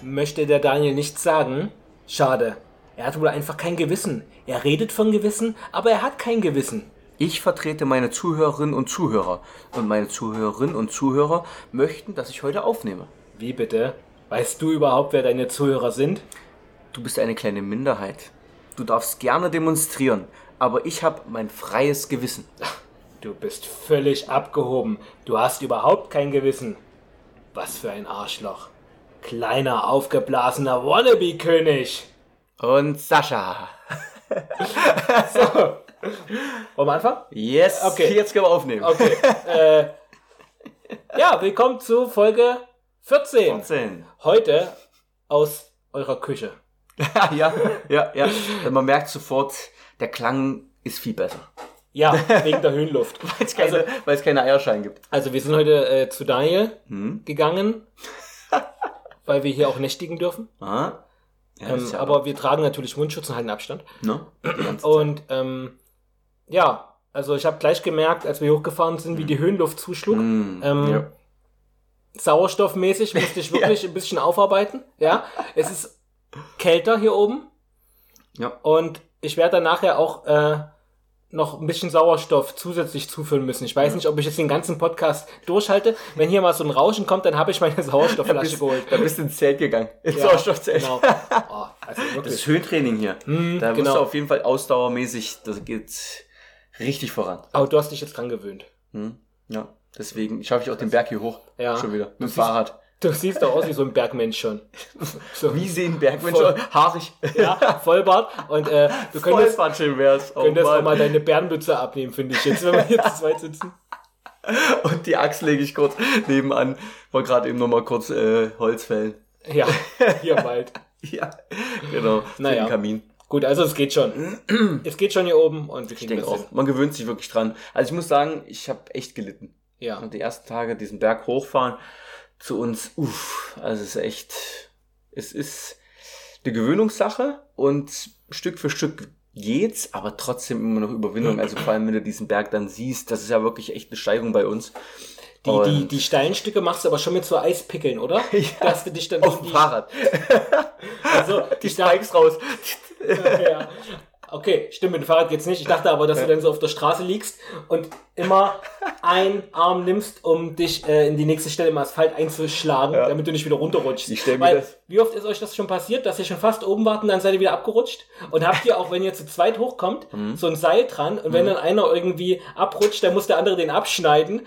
möchte der Daniel nichts sagen. Schade. Er hat wohl einfach kein Gewissen. Er redet von Gewissen, aber er hat kein Gewissen. Ich vertrete meine Zuhörerinnen und Zuhörer. Und meine Zuhörerinnen und Zuhörer möchten, dass ich heute aufnehme. Wie bitte? Weißt du überhaupt, wer deine Zuhörer sind? Du bist eine kleine Minderheit. Du darfst gerne demonstrieren, aber ich habe mein freies Gewissen. Du bist völlig abgehoben. Du hast überhaupt kein Gewissen. Was für ein Arschloch. Kleiner, aufgeblasener Wannabe-König. Und Sascha. So. Wollen wir anfangen? Yes, okay. Jetzt können wir aufnehmen. Okay. Ja, willkommen zu Folge 14. Heute aus eurer Küche. ja. Man merkt sofort, der Klang ist viel besser. Ja, wegen der Höhenluft. Weil es keine Eierschein gibt. Also wir sind heute zu Daniel gegangen, weil wir hier auch nächtigen dürfen. Aha. Ja, aber wir tragen natürlich Mundschutz und halten Abstand. No? Und ja, also ich habe gleich gemerkt, als wir hochgefahren sind, wie die Höhenluft zuschlug. Ja. Sauerstoffmäßig musste ich wirklich ein bisschen aufarbeiten. Ja, es ist kälter hier oben. Ja. Und ich werde dann nachher auch noch ein bisschen Sauerstoff zusätzlich zuführen müssen. Ich weiß nicht, ob ich jetzt den ganzen Podcast durchhalte. Wenn hier mal so ein Rauschen kommt, dann habe ich meine Sauerstoffflasche geholt. Da bist du ins Zelt gegangen. Ins Sauerstoffzelt. Genau. Oh, also wirklich. Das ist Höhentraining hier. Da wirst du auf jeden Fall ausdauermäßig, das geht richtig voran. Aber du hast dich jetzt dran gewöhnt. Ja, deswegen schaffe ich auch den Berg hier hoch. Ja. Schon wieder. Mit dem Fahrrad. Du siehst doch aus wie so ein Bergmensch schon. So. Wie sehen Bergmenschen aus? Haarig. Ja, Vollbart. Und du könntest auch mal deine Bärenmütze abnehmen, finde ich jetzt, wenn wir hier zu zweit sitzen. Und die Axt lege ich kurz nebenan. Wollte gerade eben nochmal kurz Holz fällen. Ja, hier im Wald. Ja, genau. Naja. Den Kamin. Gut, also es geht schon. Es geht schon hier oben und wir kriegen das hin. Man gewöhnt sich wirklich dran. Also ich muss sagen, ich habe echt gelitten. Ja. Und die ersten Tage diesen Berg hochfahren zu uns, also es ist eine Gewöhnungssache und Stück für Stück geht's, aber trotzdem immer noch Überwindung. Also vor allem, wenn du diesen Berg dann siehst, das ist ja wirklich echt eine Steigung bei uns. Die steilen Stücke machst du aber schon mit so Eispickeln, oder? Ja, dass du dich dann auf dem Fahrrad. Also, die steigst raus. Ja. Okay, stimmt, mit dem Fahrrad geht's nicht. Ich dachte aber, dass du dann so auf der Straße liegst und immer einen Arm nimmst, um dich in die nächste Stelle im Asphalt einzuschlagen, damit du nicht wieder runterrutschst. Wie oft ist euch das schon passiert, dass ihr schon fast oben wart und dann seid ihr wieder abgerutscht? Und habt ihr auch, wenn ihr zu zweit hochkommt, so ein Seil dran und wenn dann einer irgendwie abrutscht, dann muss der andere den abschneiden.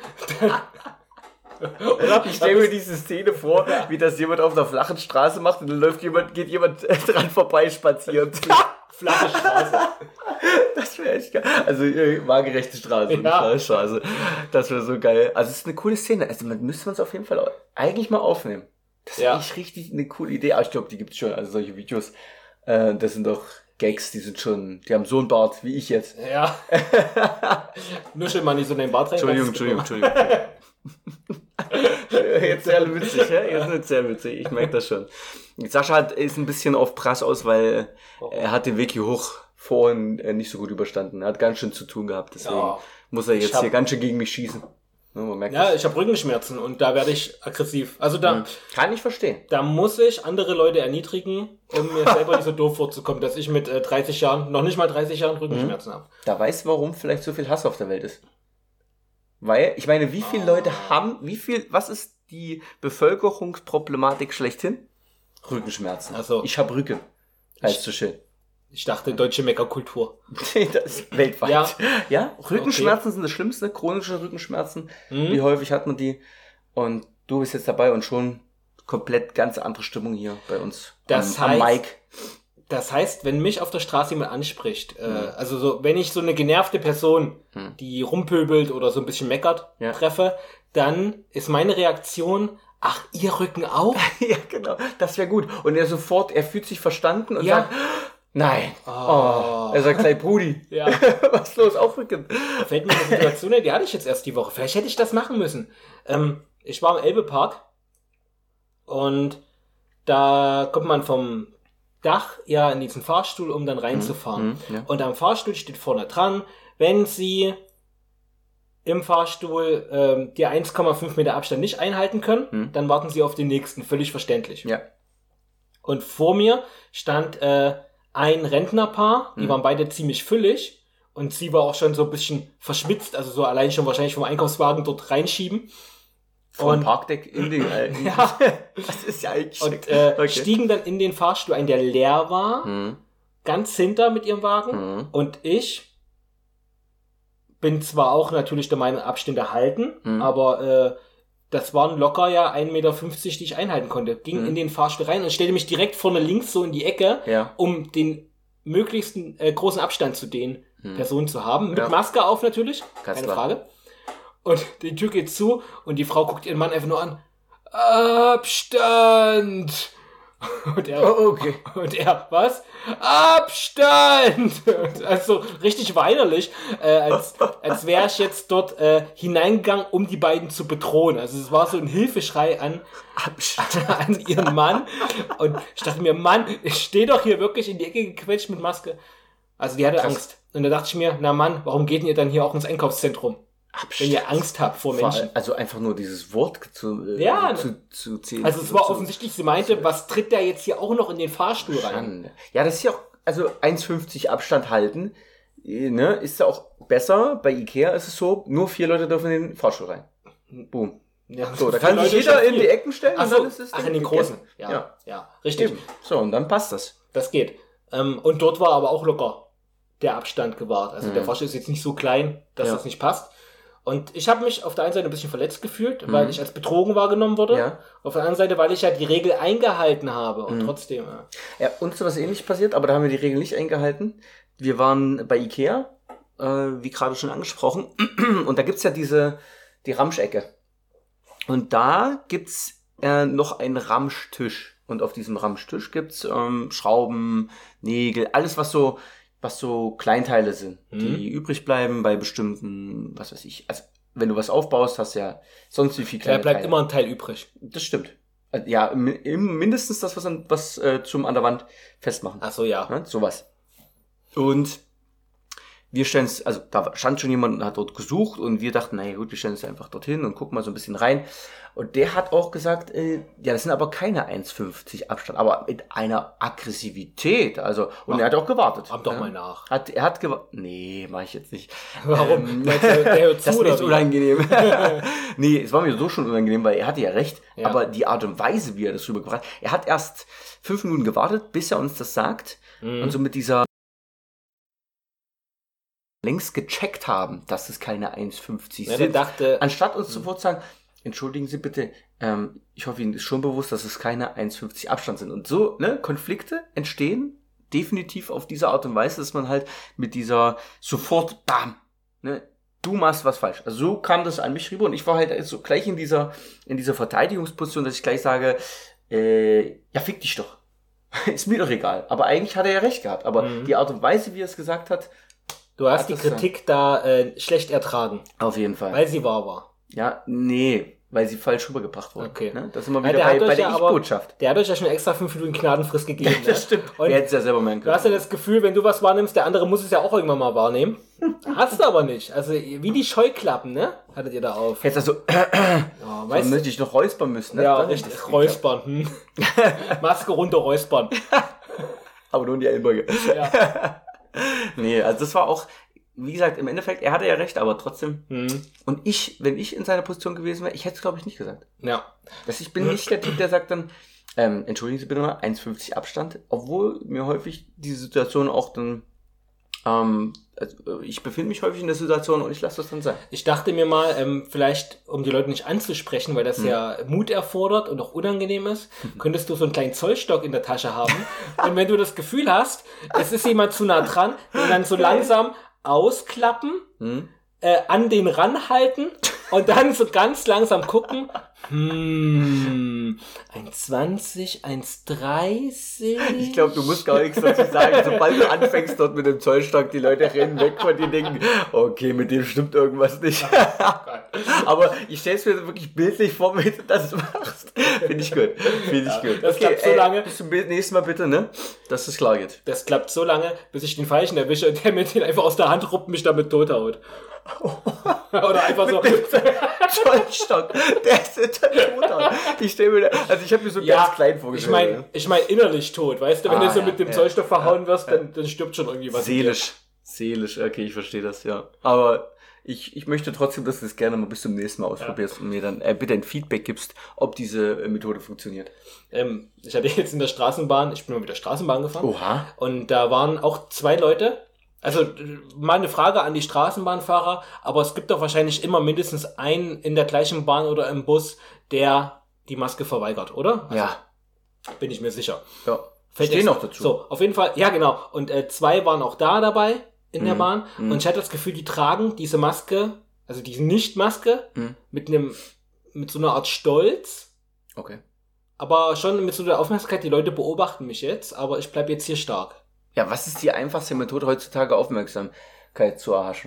Oder? Ich stelle mir diese Szene vor, wie das jemand auf einer flachen Straße macht und dann geht jemand dran vorbei spazieren. Flache Straße. Das wäre echt geil. Also waagerechte Straße, eine flache Straße. Das wäre so geil. Also es ist eine coole Szene. Also man müsste uns auf jeden Fall eigentlich mal aufnehmen. Das ist echt richtig eine coole Idee. Aber ich glaube, die gibt es schon. Also solche Videos, das sind doch Gags, die haben so einen Bart wie ich jetzt. Ja. Nuschel mal nicht so in den Bart rein. Entschuldigung. Jetzt sehr witzig, ja? Jetzt nicht sehr witzig, ich merke das schon. Sascha ist ein bisschen auf Prass aus, weil er hat den Weg hier hoch vorhin nicht so gut überstanden. Er hat ganz schön zu tun gehabt, deswegen muss er jetzt hier ganz schön gegen mich schießen. Ja, ich habe Rückenschmerzen und da werde ich aggressiv. Also da kann ich verstehen. Da muss ich andere Leute erniedrigen, um mir selber nicht so doof vorzukommen, dass ich mit 30 Jahren, noch nicht mal 30 Jahren Rückenschmerzen habe. Da weißt du, warum vielleicht so viel Hass auf der Welt ist. Weil, ich meine, wie viele Leute was ist die Bevölkerungsproblematik schlechthin? Rückenschmerzen. Also, ich habe Rücken. Heißt so schön. Ich dachte, deutsche Meckerkultur. Das ist weltweit. Ja? Rückenschmerzen sind das Schlimmste, chronische Rückenschmerzen. Wie häufig hat man die? Und du bist jetzt dabei und schon komplett ganz andere Stimmung hier bei uns. Am Mic. Das heißt, wenn mich auf der Straße jemand anspricht, also so, wenn ich so eine genervte Person, die rumpöbelt oder so ein bisschen meckert, treffe, dann ist meine Reaktion, ach, ihr Rücken auch? Ja, genau, das wäre gut. Und er fühlt sich verstanden und sagt, nein. Er sagt gleich, Brudi, was ist los, auch Rücken? Da fällt mir eine Situation ein, die hatte ich jetzt erst die Woche. Vielleicht hätte ich das machen müssen. Ich war im Elbe-Park und da kommt man vom Dach in diesen Fahrstuhl, um dann reinzufahren. Und am Fahrstuhl steht vorne dran, wenn Sie im Fahrstuhl die 1,5 Meter Abstand nicht einhalten können, dann warten Sie auf den nächsten. Völlig verständlich. Ja. Und vor mir stand ein Rentnerpaar, die waren beide ziemlich füllig und sie war auch schon so ein bisschen verschwitzt, also so allein schon wahrscheinlich vom Einkaufswagen dort reinschieben. Vom Parkdeck in den ja. Das ist ja eigentlich und stiegen dann in den Fahrstuhl ein, der leer war, ganz hinter mit ihrem Wagen. Und ich bin zwar auch natürlich der Meinung, Abstände halten, aber das waren locker ja 1,50 Meter, die ich einhalten konnte. Ging in den Fahrstuhl rein und stellte mich direkt vorne links so in die Ecke, um den möglichsten großen Abstand zu den Personen zu haben. Mit Maske auf natürlich, keine Frage. Und die Tür geht zu und die Frau guckt ihren Mann einfach nur an. Abstand! Und er, was? Abstand! Also richtig weinerlich, als wäre ich jetzt dort hineingegangen, um die beiden zu bedrohen. Also es war so ein Hilfeschrei an ihren Mann. Und ich dachte mir, Mann, ich stehe doch hier wirklich in die Ecke gequetscht mit Maske. Also die hatte Angst. Und da dachte ich mir, na Mann, warum geht ihr dann hier auch ins Einkaufszentrum? Abstand. Wenn ihr Angst habt vor Menschen. Also einfach nur dieses Wort zu ziehen. Also es war offensichtlich, sie meinte, was tritt der jetzt hier auch noch in den Fahrstuhl rein? Ja, das ist ja auch, also 1,50 Abstand halten, ne, ist ja auch besser. Bei Ikea ist es so, nur 4 Leute dürfen in den Fahrstuhl rein. Boom. Ja, so, da kann sich jeder in die Ecken stellen. Ach, so, und dann ist es in den großen. Ja, richtig. Eben. So, und dann passt das. Das geht. Und dort war aber auch locker der Abstand gewahrt. Also der Fahrstuhl ist jetzt nicht so klein, dass das nicht passt. Und ich habe mich auf der einen Seite ein bisschen verletzt gefühlt, weil ich als betrogen wahrgenommen wurde. Ja. Auf der anderen Seite, weil ich ja die Regel eingehalten habe. Und trotzdem. Ja, uns ist was Ähnliches passiert, aber da haben wir die Regel nicht eingehalten. Wir waren bei Ikea, wie gerade schon angesprochen. Und da gibt's ja die Ramschecke. Und da gibt's noch einen Ramschtisch. Und auf diesem Ramschtisch gibt's Schrauben, Nägel, alles was so Kleinteile sind, die übrig bleiben bei bestimmten, was weiß ich, also wenn du was aufbaust, hast du ja sonst wie viel kleine Teile. Da bleibt immer ein Teil übrig. Das stimmt. Ja, mindestens das, was zum an der Wand festmachen. Ach so, ja. Sowas. Und wir stellen es, also da stand schon jemand und hat dort gesucht und wir dachten, naja gut, wir stellen es einfach dorthin und gucken mal so ein bisschen rein. Und der hat auch gesagt, ja, das sind aber keine 1,50 Abstand, aber mit einer Aggressivität. Also, und er hat auch gewartet. Frag doch mal nach. Er hat gewartet. Nee, mach ich jetzt nicht. Warum? Der hört zu, das ist nicht unangenehm. Nee, es war mir so schon unangenehm, weil er hatte ja recht. Ja. Aber die Art und Weise, wie er das rübergebracht hat, er hat erst 5 Minuten gewartet, bis er uns das sagt. Und so mit dieser längst gecheckt haben, dass es keine 1,50 sind. Anstatt uns sofort zu sagen, entschuldigen Sie bitte, ich hoffe, Ihnen ist schon bewusst, dass es keine 1,50 Abstand sind. Und so, Konflikte entstehen definitiv auf diese Art und Weise, dass man halt mit dieser sofort, bam, du machst was falsch. Also so kam das an mich rüber und ich war halt so gleich in dieser Verteidigungsposition, dass ich gleich sage, ja, fick dich doch. Ist mir doch egal. Aber eigentlich hat er ja recht gehabt. Aber die Art und Weise, wie er es gesagt hat, du hast die Kritik da schlecht ertragen. Auf jeden Fall. Weil sie wahr war. Ja, nee, weil sie falsch rübergebracht wurde. Okay. Das ist immer wieder bei der Ich-Botschaft. Der hat euch ja schon extra 5 Minuten Gnadenfrist gegeben. Ja, das stimmt. Und der hätte es ja selber merken können. Du hast ja das Gefühl, wenn du was wahrnimmst, der andere muss es ja auch irgendwann mal wahrnehmen. Hast du aber nicht. Also wie die Scheuklappen, hattet ihr da auf. Jetzt also, dann möchte ich noch räuspern müssen. Ja, richtig, räuspern. Maske runter, räuspern. Aber nur in die Ellbeuge. Ja. Nee, also das war auch, wie gesagt, im Endeffekt, er hatte ja recht, aber trotzdem. Und wenn ich in seiner Position gewesen wäre, ich hätte es, glaube ich, nicht gesagt. Ja. Ich bin nicht der Typ, der sagt dann, entschuldigen Sie bitte mal, 1,50 Abstand, obwohl mir häufig diese Situation auch dann, also ich befinde mich häufig in der Situation und ich lasse das dann sein. Ich dachte mir mal, vielleicht, um die Leute nicht anzusprechen, weil das ja Mut erfordert und auch unangenehm ist, könntest du so einen kleinen Zollstock in der Tasche haben. Und wenn du das Gefühl hast, es ist jemand zu nah dran, dann so langsam ausklappen, an den ranhalten und dann so ganz langsam gucken, 1,20, 1,30. Ich glaube, du musst gar nichts dazu sagen. Sobald du anfängst dort mit dem Zollstock, die Leute rennen weg von dir, denken, okay, mit dem stimmt irgendwas nicht. Aber ich stelle es mir wirklich bildlich vor, wie du das machst. Finde ich gut. Das klappt so lange. Bis zum nächsten Mal bitte, ne? Dass es klar geht. Das klappt so lange, bis ich den Falschen erwische und der mir den einfach aus der Hand ruppt und mich damit tothaut. Oder einfach so. Zollstock. Der ist tot. Ich stelle mir, also ich habe mir so ganz klein vorgestellt. Ich meine innerlich tot, weißt du, wenn du so mit dem Zollstock verhauen wirst, dann stirbt schon irgendwie was. Seelisch, okay, ich verstehe das, ja. Aber ich möchte trotzdem, dass du das gerne mal bis zum nächsten Mal ausprobierst und mir dann bitte ein Feedback gibst, ob diese Methode funktioniert. Ich hatte jetzt in der Straßenbahn, ich bin mal wieder Straßenbahn gefahren. Oha. Und da waren auch 2 Leute. Also mal eine Frage an die Straßenbahnfahrer, aber es gibt doch wahrscheinlich immer mindestens einen in der gleichen Bahn oder im Bus, der die Maske verweigert, oder? Also, ja. Bin ich mir sicher. Ja. Stehen noch dazu. So, auf jeden Fall, ja genau. Und 2 waren auch dabei in der Bahn. Und ich hatte das Gefühl, die tragen diese Maske, also diese Nicht-Maske, mit so einer Art Stolz. Okay. Aber schon mit so einer Aufmerksamkeit, die Leute beobachten mich jetzt, aber ich bleib jetzt hier stark. Ja, was ist die einfachste Methode heutzutage, Aufmerksamkeit zu erhaschen?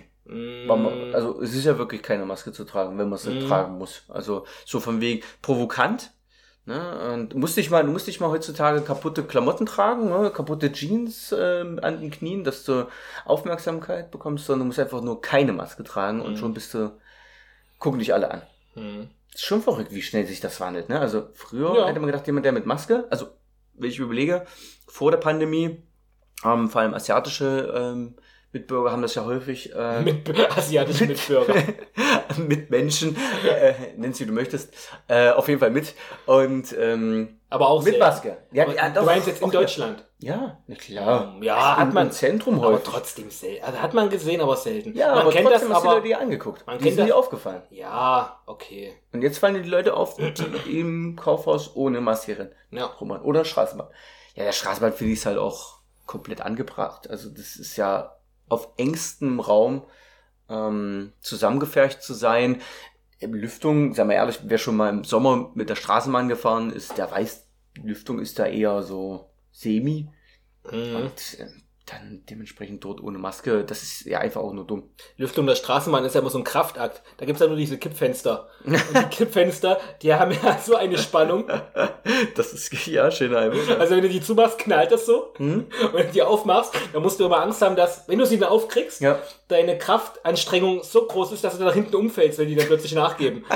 Also es ist ja wirklich keine Maske zu tragen, wenn man es nicht tragen muss. Also so von wegen provokant. Ne? Und du musst nicht mal heutzutage kaputte Klamotten tragen, ne? Kaputte Jeans an den Knien, dass du Aufmerksamkeit bekommst, sondern du musst einfach nur keine Maske tragen und schon gucken dich alle an. Ist schon verrückt, wie schnell sich das wandelt. Ne? Also früher hätte man gedacht, jemand, der mit Maske, also wenn ich überlege, vor der Pandemie, vor allem asiatische Mitbürger haben das ja häufig. Asiatische Mitbürger. Mitmenschen, nenn sie, wie du möchtest. Auf jeden Fall mit. Und aber auch mit Maske. Ja, du meinst jetzt in Deutschland? Ja, na klar. Ja, hat man im Zentrum häufig. Aber trotzdem selten. Also hat man gesehen, aber selten. Ja, man aber kennt trotzdem das, hast du die Leute angeguckt. Die sind dir aufgefallen. Ja, okay. Und jetzt fallen dir die Leute auf, die im Kaufhaus ohne Maske rennen. Ja. Oder Straßenbahn. Ja, der Straßenbahn finde ich es halt auch komplett angebracht. Also das ist ja auf engstem Raum zusammengefercht zu sein. Lüftung, sagen wir ehrlich, wer schon mal im Sommer mit der Straßenbahn gefahren ist, der weiß, die Lüftung ist da eher so semi. Und dann dementsprechend dort ohne Maske, das ist ja einfach auch nur dumm. Lüftung der Straßenbahn ist ja immer so ein Kraftakt. Da gibt's ja nur diese Kippfenster. Und die Kippfenster, die haben ja so eine Spannung. Das ist ja schön einfach. Also wenn du die zumachst, knallt das so. Und wenn du die aufmachst, dann musst du immer Angst haben, dass, wenn du sie dann aufkriegst, deine Kraftanstrengung so groß ist, dass du nach hinten umfällst, wenn die dann plötzlich nachgeben.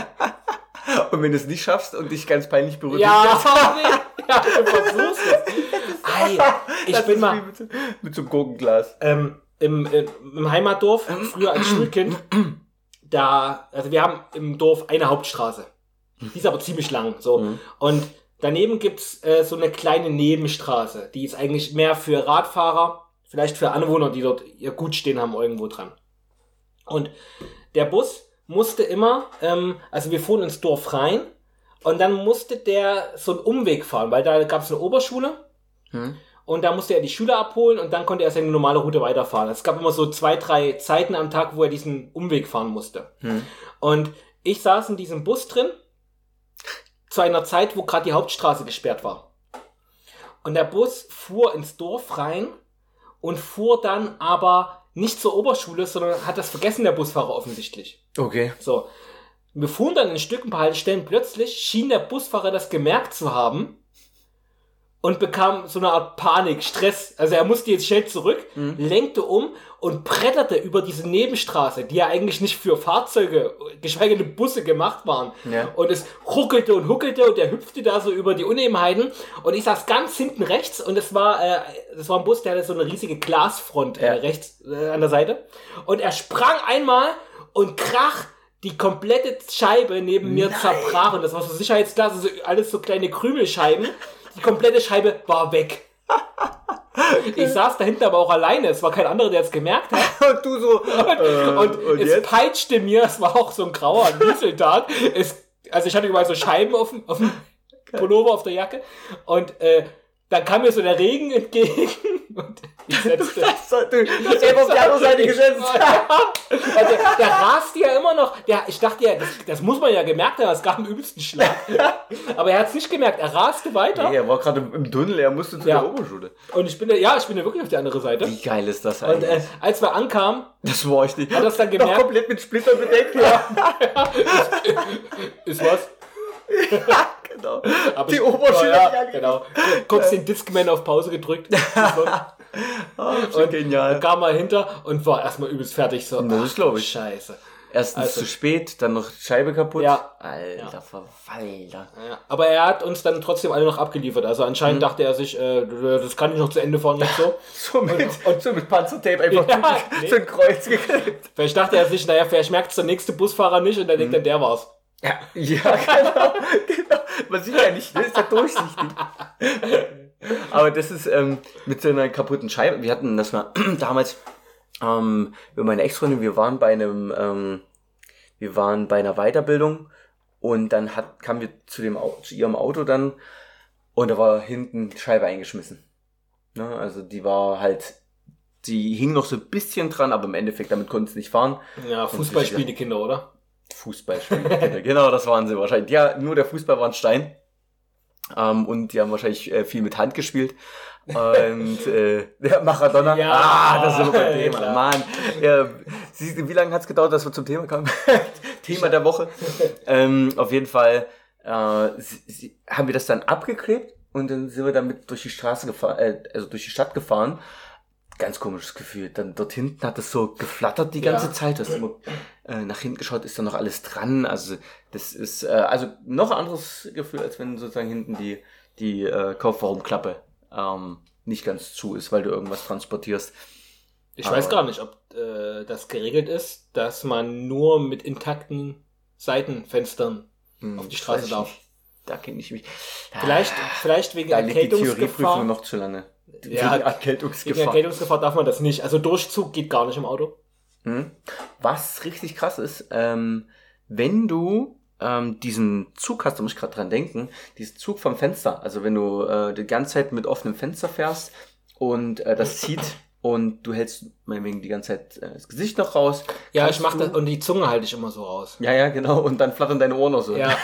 Und wenn du es nicht schaffst und dich ganz peinlich berührst. Ja, du versuchst es. Ich bin mal mit so einem Gurkenglas. Im Heimatdorf, früher als Schulkind, also wir haben im Dorf eine Hauptstraße. Die ist aber ziemlich lang, so. Und daneben gibt's so eine kleine Nebenstraße. Die ist eigentlich mehr für Radfahrer, vielleicht für Anwohner, die dort ihr Gut stehen haben irgendwo dran. Und der Bus musste immer, also wir fuhren ins Dorf rein und dann musste der so einen Umweg fahren, weil da gab's eine Oberschule und da musste er die Schüler abholen und dann konnte er seine normale Route weiterfahren. Es gab immer so 2, 3 Zeiten am Tag, wo er diesen Umweg fahren musste. Und ich saß in diesem Bus drin zu einer Zeit, wo gerade die Hauptstraße gesperrt war. Und der Bus fuhr ins Dorf rein und fuhr dann aber nicht zur Oberschule, sondern hat das vergessen, der Busfahrer offensichtlich. Okay. So. Wir fuhren dann ein Stück, ein paar Haltestellen. Plötzlich schien der Busfahrer das gemerkt zu haben und bekam so eine Art Panik, Stress. Also er musste jetzt schnell zurück, lenkte um und bretterte über diese Nebenstraße, die ja eigentlich nicht für Fahrzeuge, geschweige denn Busse gemacht waren. Ja. Und es ruckelte und er hüpfte da so über die Unebenheiten. Und ich saß ganz hinten rechts und das war ein Bus, der hatte so eine riesige Glasfront rechts an der Seite. Und er sprang einmal und krach, die komplette Scheibe neben mir zerbrach. Und das war so Sicherheitsglas, also alles so kleine Krümelscheiben. Die komplette Scheibe war weg. Ich saß da hinten aber auch alleine. Es war kein anderer, der es gemerkt hat. Und du so. Und es peitschte mir, es war auch so ein grauer Nieseltag. Also ich hatte überall so Scheiben auf dem Pullover, auf der Jacke. Und dann kam mir so der Regen entgegen und ich setzte... Du hast eben auf die andere Seite gesetzt. Der raste ja immer noch. Ich dachte ja, das muss man ja gemerkt haben, es gab einen übelsten Schlag. Aber er hat es nicht gemerkt, er raste weiter. Nee, er war gerade im Tunnel, er musste zu der Oberschule. Und ich bin ja wirklich auf die andere Seite. Wie geil ist das eigentlich? Und als wir ankamen, das war ich nicht. Hat das dann gemerkt? Noch komplett mit Splittern bedeckt. Ist was? Ja, genau. Aber die Oberschule. Ja, genau. Kurz den Discman auf Pause gedrückt. Und genial. Dann kam er hinter und war erstmal übelst fertig. So, das glaube ich. Scheiße. Erstens zu spät, dann noch Scheibe kaputt. Ja. Alter Verwalter. Ja. Aber er hat uns dann trotzdem alle noch abgeliefert. Also anscheinend dachte er sich, das kann ich noch zu Ende fahren, nicht so. so mit Panzertape einfach so ein Kreuz geklebt. Vielleicht dachte er sich, vielleicht merkt es der nächste Busfahrer nicht und dann denkt er, der war's. Ja, genau. Man sieht ja nicht, das ist ja durchsichtig. Aber das ist mit so einer kaputten Scheibe. Wir hatten das mal damals mit meiner Ex-Freundin, wir waren bei einer Weiterbildung und dann kamen wir zu ihrem Auto dann und da war hinten die Scheibe eingeschmissen. Ne? Also die hing noch so ein bisschen dran, aber im Endeffekt damit konnten sie nicht fahren. Ja, Fußball spielen die Kinder, oder? Fußball spielen die Kinder, genau, das waren sie wahrscheinlich. Ja, nur der Fußball war ein Stein. Und die haben wahrscheinlich viel mit Hand gespielt. Und der Maradona. Ja, das ist immer ein Thema. Klar. Mann. Ja, wie lange hat es gedauert, dass wir zum Thema kamen? Thema der Woche. Auf jeden Fall haben wir das dann abgeklebt und dann sind wir damit durch die Straße gefahren, durch die Stadt gefahren. Ganz komisches Gefühl. Dann dort hinten hat es so geflattert die ganze Zeit. Du hast immer nach hinten geschaut, ist da noch alles dran. Also das ist noch ein anderes Gefühl, als wenn sozusagen hinten die Kofferraumklappe nicht ganz zu ist, weil du irgendwas transportierst. Ich weiß gar nicht, ob das geregelt ist, dass man nur mit intakten Seitenfenstern auf die Straße darf. Da kenne ich mich. Vielleicht wegen da liegt die Erkältungsgefahr. Theorieprüfung noch zu lange. Ja, wegen Erkältungsgefahr. Wegen Erkältungsgefahr darf man das nicht. Also Durchzug geht gar nicht im Auto. Was richtig krass ist, wenn du diesen Zug hast, da muss ich gerade dran denken, diesen Zug vom Fenster, also wenn du die ganze Zeit mit offenem Fenster fährst und das zieht und du hältst meinetwegen die ganze Zeit das Gesicht noch raus. Ja, ich mache das und die Zunge halte ich immer so raus. Ja, genau, und dann flattern deine Ohren noch so. Ja.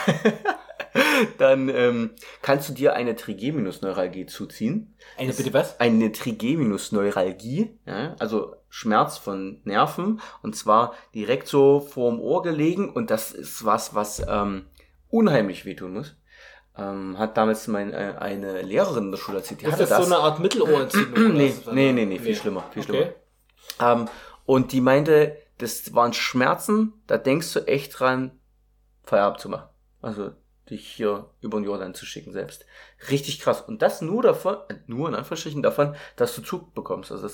Dann kannst du dir eine Trigeminusneuralgie zuziehen. Bitte was? Eine Trigeminusneuralgie, ja, also Schmerz von Nerven, und zwar direkt so vorm Ohr gelegen, und das ist was unheimlich wehtun muss. Hat damals eine Lehrerin in der Schule erzählt. Die hatte das so eine Art Mittelohrentzündung? Nee, viel schlimmer. Und die meinte, das waren Schmerzen, da denkst du echt dran, Feierabend zu machen. Also dich hier über den Jordan zu schicken selbst. Richtig krass. Und das nur in Anführungsstrichen davon, dass du Zug bekommst. Also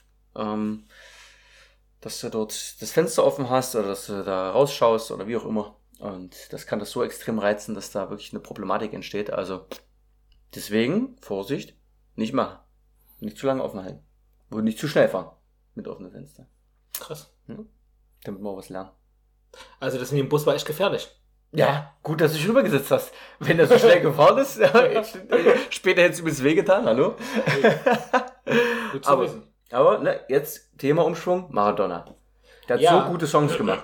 dass du dort das Fenster offen hast oder dass du da rausschaust oder wie auch immer. Und das kann das so extrem reizen, dass da wirklich eine Problematik entsteht. Also deswegen, Vorsicht, nicht machen. Nicht zu lange offen halten. Und nicht zu schnell fahren mit offenen Fenstern. Krass. Damit wir was lernen. Also das mit dem Bus war echt gefährlich. Ja, gut, dass du dich rübergesetzt hast. Wenn er so schnell gefahren ist, später hättest du übrigens wehgetan, hallo? Gut zu wissen. Aber ne, jetzt Thema Umschwung, Maradona. Der hat so gute Songs gemacht.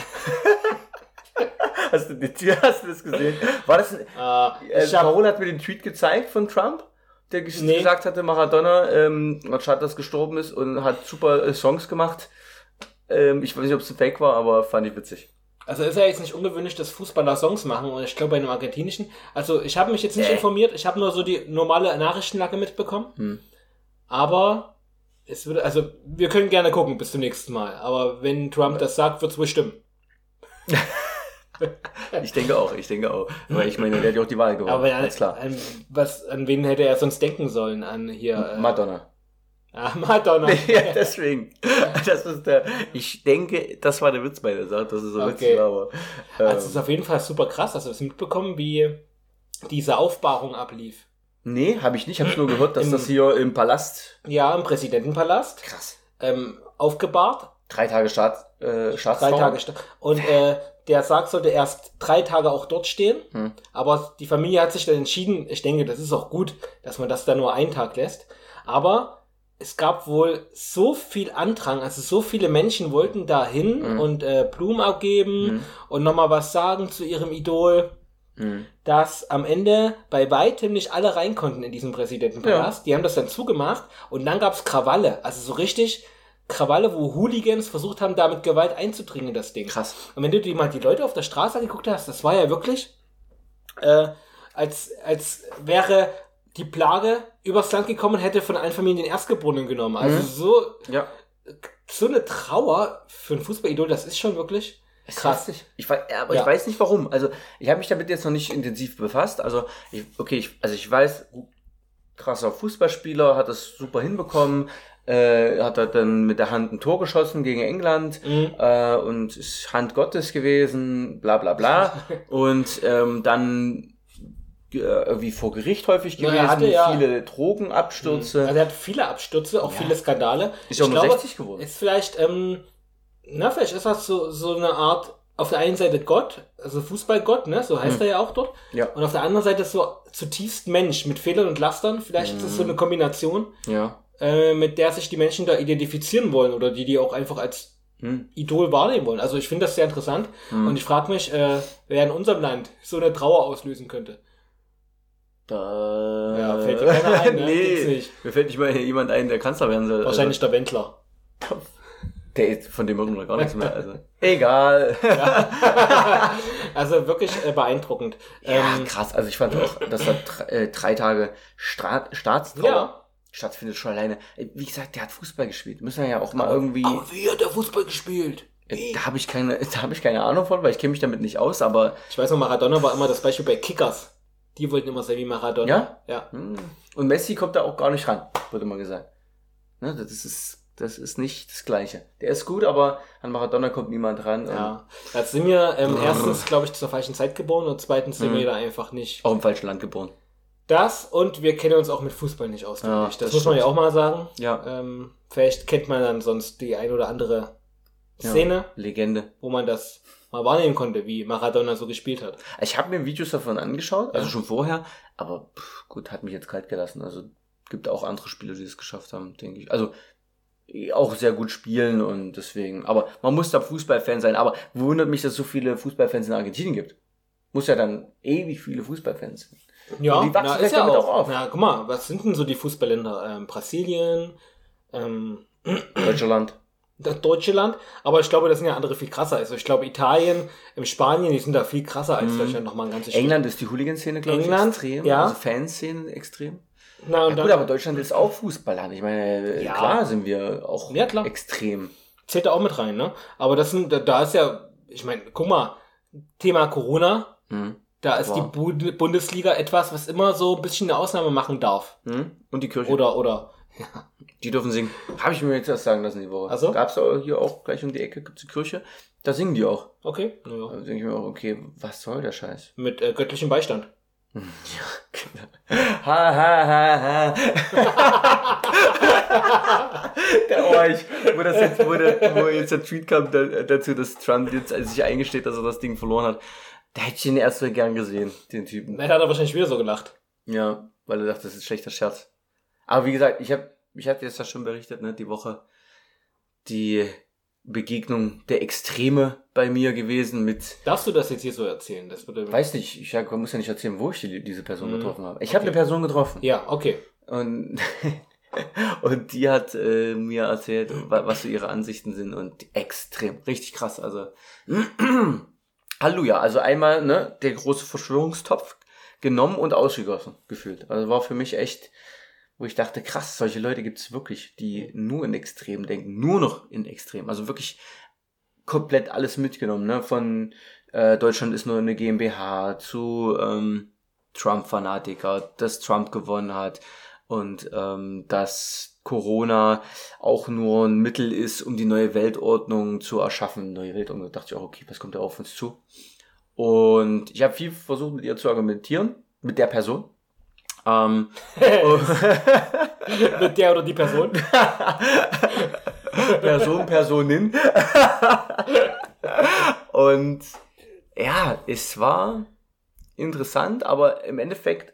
Hast du das gesehen? War das Parole hat mir den Tweet gezeigt von Trump, der gesagt hatte, Maradona, anstatt dass gestorben ist und hat super Songs gemacht. Ich weiß nicht, ob es ein Fake war, aber fand ich witzig. Also ist ja jetzt nicht ungewöhnlich, dass Fußballer Songs machen, und ich glaube bei einem argentinischen, also ich habe mich jetzt nicht informiert, ich habe nur so die normale Nachrichtenlage mitbekommen, aber wir können gerne gucken bis zum nächsten Mal, aber wenn Trump das sagt, wird es wohl stimmen. Ich denke auch, weil ich meine, der hat ja auch die Wahl gewonnen, aber ganz klar. An wen hätte er sonst denken sollen? An hier... Madonna. Madonna. Ja, deswegen. Ich denke, das war der Witz bei der Sache, dass es so witzig war. Aber, also es ist auf jeden Fall super krass. Hast du das mitbekommen, wie diese Aufbahrung ablief? Nee, habe ich nicht. Ich habe nur gehört, dass das hier im Palast... Ja, im Präsidentenpalast. Krass. Aufgebahrt. 3 Tage Staatstrauer. 3 Tage und der Sarg sollte erst 3 Tage auch dort stehen, aber die Familie hat sich dann entschieden, ich denke, das ist auch gut, dass man das da nur einen Tag lässt, aber es gab wohl so viel Andrang, also so viele Menschen wollten da hin und Blumen abgeben und nochmal was sagen zu ihrem Idol, dass am Ende bei weitem nicht alle rein konnten in diesen Präsidentenpalast. Ja. Die haben das dann zugemacht und dann gab's Krawalle, also so richtig Krawalle, wo Hooligans versucht haben, da mit Gewalt einzudringen in das Ding. Krass. Und wenn du dir mal die Leute auf der Straße angeguckt hast, das war ja wirklich, als wäre die Plage übers Land gekommen und hätte von allen Familien den Erstgeborenen genommen. Also so eine Trauer für ein Fußballidol, das ist schon wirklich krass. Ich weiß nicht warum. Also ich habe mich damit jetzt noch nicht intensiv befasst. Also ich weiß, krasser Fußballspieler, hat das super hinbekommen. Hat er dann mit der Hand ein Tor geschossen gegen England und ist Hand Gottes gewesen, bla bla bla. Und dann wie vor Gericht häufig gewesen, viele Drogenabstürze. Also er hat viele Abstürze, auch viele Skandale. Ist auch nur 60 geworden. Ist vielleicht, vielleicht ist das so eine Art, auf der einen Seite Gott, also Fußballgott, ne, so heißt er ja auch dort. Ja. Und auf der anderen Seite so zutiefst Mensch mit Fehlern und Lastern. Vielleicht ist das so eine Kombination, mit der sich die Menschen da identifizieren wollen oder die auch einfach als Idol wahrnehmen wollen. Also ich finde das sehr interessant und ich frage mich, wer in unserem Land so eine Trauer auslösen könnte. Fällt dir keiner ein, ne? Nee, nicht. Mir fällt nicht mal jemand ein, der Kanzler werden soll. Wahrscheinlich der Wendler. Von dem irgendwo gar nichts mehr. Also. Egal. Ja. Also wirklich beeindruckend. Krass. Also ich fand auch, dass da 3 Tage Staatstrauer stattfindet schon alleine. Wie gesagt, der hat Fußball gespielt. Müssen wir ja auch mal irgendwie... Aber wie hat der Fußball gespielt? Da habe ich keine Ahnung von, weil ich kenne mich damit nicht aus, aber... Ich weiß noch, Maradona war immer das Beispiel bei Kickers. Die wollten immer sein wie Maradona. Ja? Ja. Und Messi kommt da auch gar nicht ran, wurde immer gesagt. Ne, das ist nicht das Gleiche. Der ist gut, aber an Maradona kommt niemand ran. Ja. Jetzt sind wir erstens, glaube ich, zur falschen Zeit geboren und zweitens sind wir da einfach nicht... Auch im falschen Land geboren. Das und wir kennen uns auch mit Fußball nicht aus. Das muss man ja auch mal sagen. Ja. Vielleicht kennt man dann sonst die ein oder andere Szene. Legende. Wo man das mal wahrnehmen konnte, wie Maradona so gespielt hat. Ich habe mir Videos davon angeschaut, also schon vorher, aber gut, hat mich jetzt kalt gelassen. Also gibt auch andere Spieler, die das geschafft haben, denke ich. Also auch sehr gut spielen und deswegen, aber man muss da Fußballfan sein. Aber wundert mich, dass es so viele Fußballfans in Argentinien gibt. Muss ja dann ewig viele Fußballfans sein. Ja, die wachsen ist ja auch auf. Ja, guck mal, was sind denn so die Fußballländer? Brasilien, Deutschland. Deutschland, aber ich glaube, das sind ja andere viel krasser. Also ich glaube, Italien, Spanien, die sind da viel krasser als Deutschland nochmal ein ganzes Stück. England ist die Hooligan-Szene, glaube ich, extrem. Ja. Also Fanszene extrem. Na, und gut, aber Deutschland ist auch Fußballland. Ich meine, klar sind wir auch extrem. Zählt da auch mit rein, ne? Aber da ist ja, ich meine, guck mal, Thema Corona, da ist die Bundesliga etwas, was immer so ein bisschen eine Ausnahme machen darf. Und die Kirche. Oder. Ja. Die dürfen singen. Habe ich mir jetzt erst sagen lassen die Woche. Also? Gab's da hier auch gleich um die Ecke, gibt's die Kirche. Da singen die auch. Okay. Ja. Da denke ich mir auch, okay, was soll der Scheiß? Mit göttlichem Beistand. Ja, genau. Ha, ha, ha, ha. Wo jetzt der Tweet kam dazu, dass Trump jetzt sich eingesteht, dass er das Ding verloren hat. Da hätte ich ihn erst so gern gesehen, den Typen. Da hat er wahrscheinlich wieder so gelacht. Ja, weil er dachte, das ist ein schlechter Scherz. Aber wie gesagt, ich hatte jetzt ja schon berichtet, ne, die Woche, die Begegnung der Extreme bei mir gewesen mit... Darfst du das jetzt hier so erzählen? Das würde... Weiß nicht, ich muss ja nicht erzählen, wo ich diese Person getroffen habe. Ich habe eine Person getroffen. Ja, okay. Und die hat mir erzählt, was so ihre Ansichten sind und extrem, richtig krass, also Halleluja, also einmal, ne, der große Verschwörungstopf genommen und ausgegossen, gefühlt. Also war für mich echt, wo ich dachte, krass, solche Leute gibt's wirklich, die nur in Extrem denken, nur noch in Extrem, also wirklich komplett alles mitgenommen, ne, von Deutschland ist nur eine GmbH zu Trump-Fanatiker, dass Trump gewonnen hat und dass Corona auch nur ein Mittel ist, um die neue Weltordnung zu erschaffen. Neue Weltordnung, da dachte ich auch, okay, was kommt da auf uns zu? Und ich habe viel versucht, mit ihr zu argumentieren, mit der Person. Mit der oder die Person? Personin. Und ja, es war interessant, aber im Endeffekt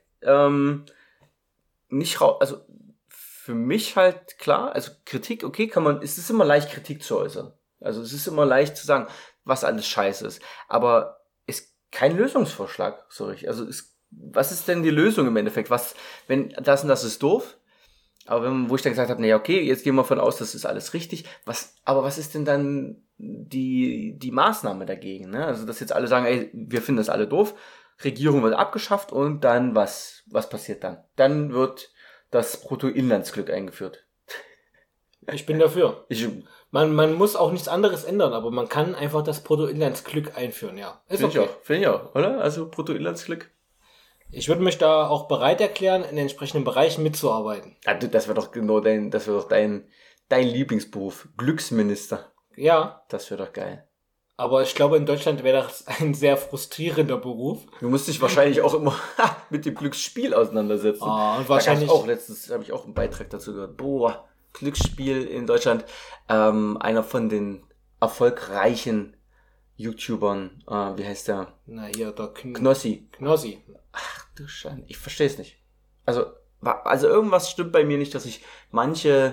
nicht also für mich halt klar, also Kritik, okay, es ist immer leicht, Kritik zu äußern. Also es ist immer leicht zu sagen, was alles scheiße ist. Aber ist kein Lösungsvorschlag, so richtig. Also was ist denn die Lösung im Endeffekt? Wenn das und das ist doof, aber wo ich dann gesagt habe, naja, okay, jetzt gehen wir davon aus, das ist alles richtig. Aber was ist denn dann die Maßnahme dagegen? Ne? Also dass jetzt alle sagen, ey, wir finden das alle doof, Regierung wird abgeschafft und dann was passiert dann? Dann wird das Bruttoinlandsglück eingeführt. Ich bin dafür. Man muss auch nichts anderes ändern, aber man kann einfach das Bruttoinlandsglück einführen, ja. Finde ich auch, oder? Also Bruttoinlandsglück. Ich würde mich da auch bereit erklären, in entsprechenden Bereichen mitzuarbeiten. Ja, das wäre doch dein Lieblingsberuf. Glücksminister. Ja. Das wäre doch geil. Aber ich glaube, in Deutschland wäre das ein sehr frustrierender Beruf. Du musst dich wahrscheinlich auch immer mit dem Glücksspiel auseinandersetzen. Und wahrscheinlich letztens habe ich auch einen Beitrag dazu gehört. Boah, Glücksspiel in Deutschland. Einer von den erfolgreichen YouTubern, wie heißt der? Na hier, der Knossi. Ach du Scheiße, ich verstehe es nicht. Also irgendwas stimmt bei mir nicht, dass ich manche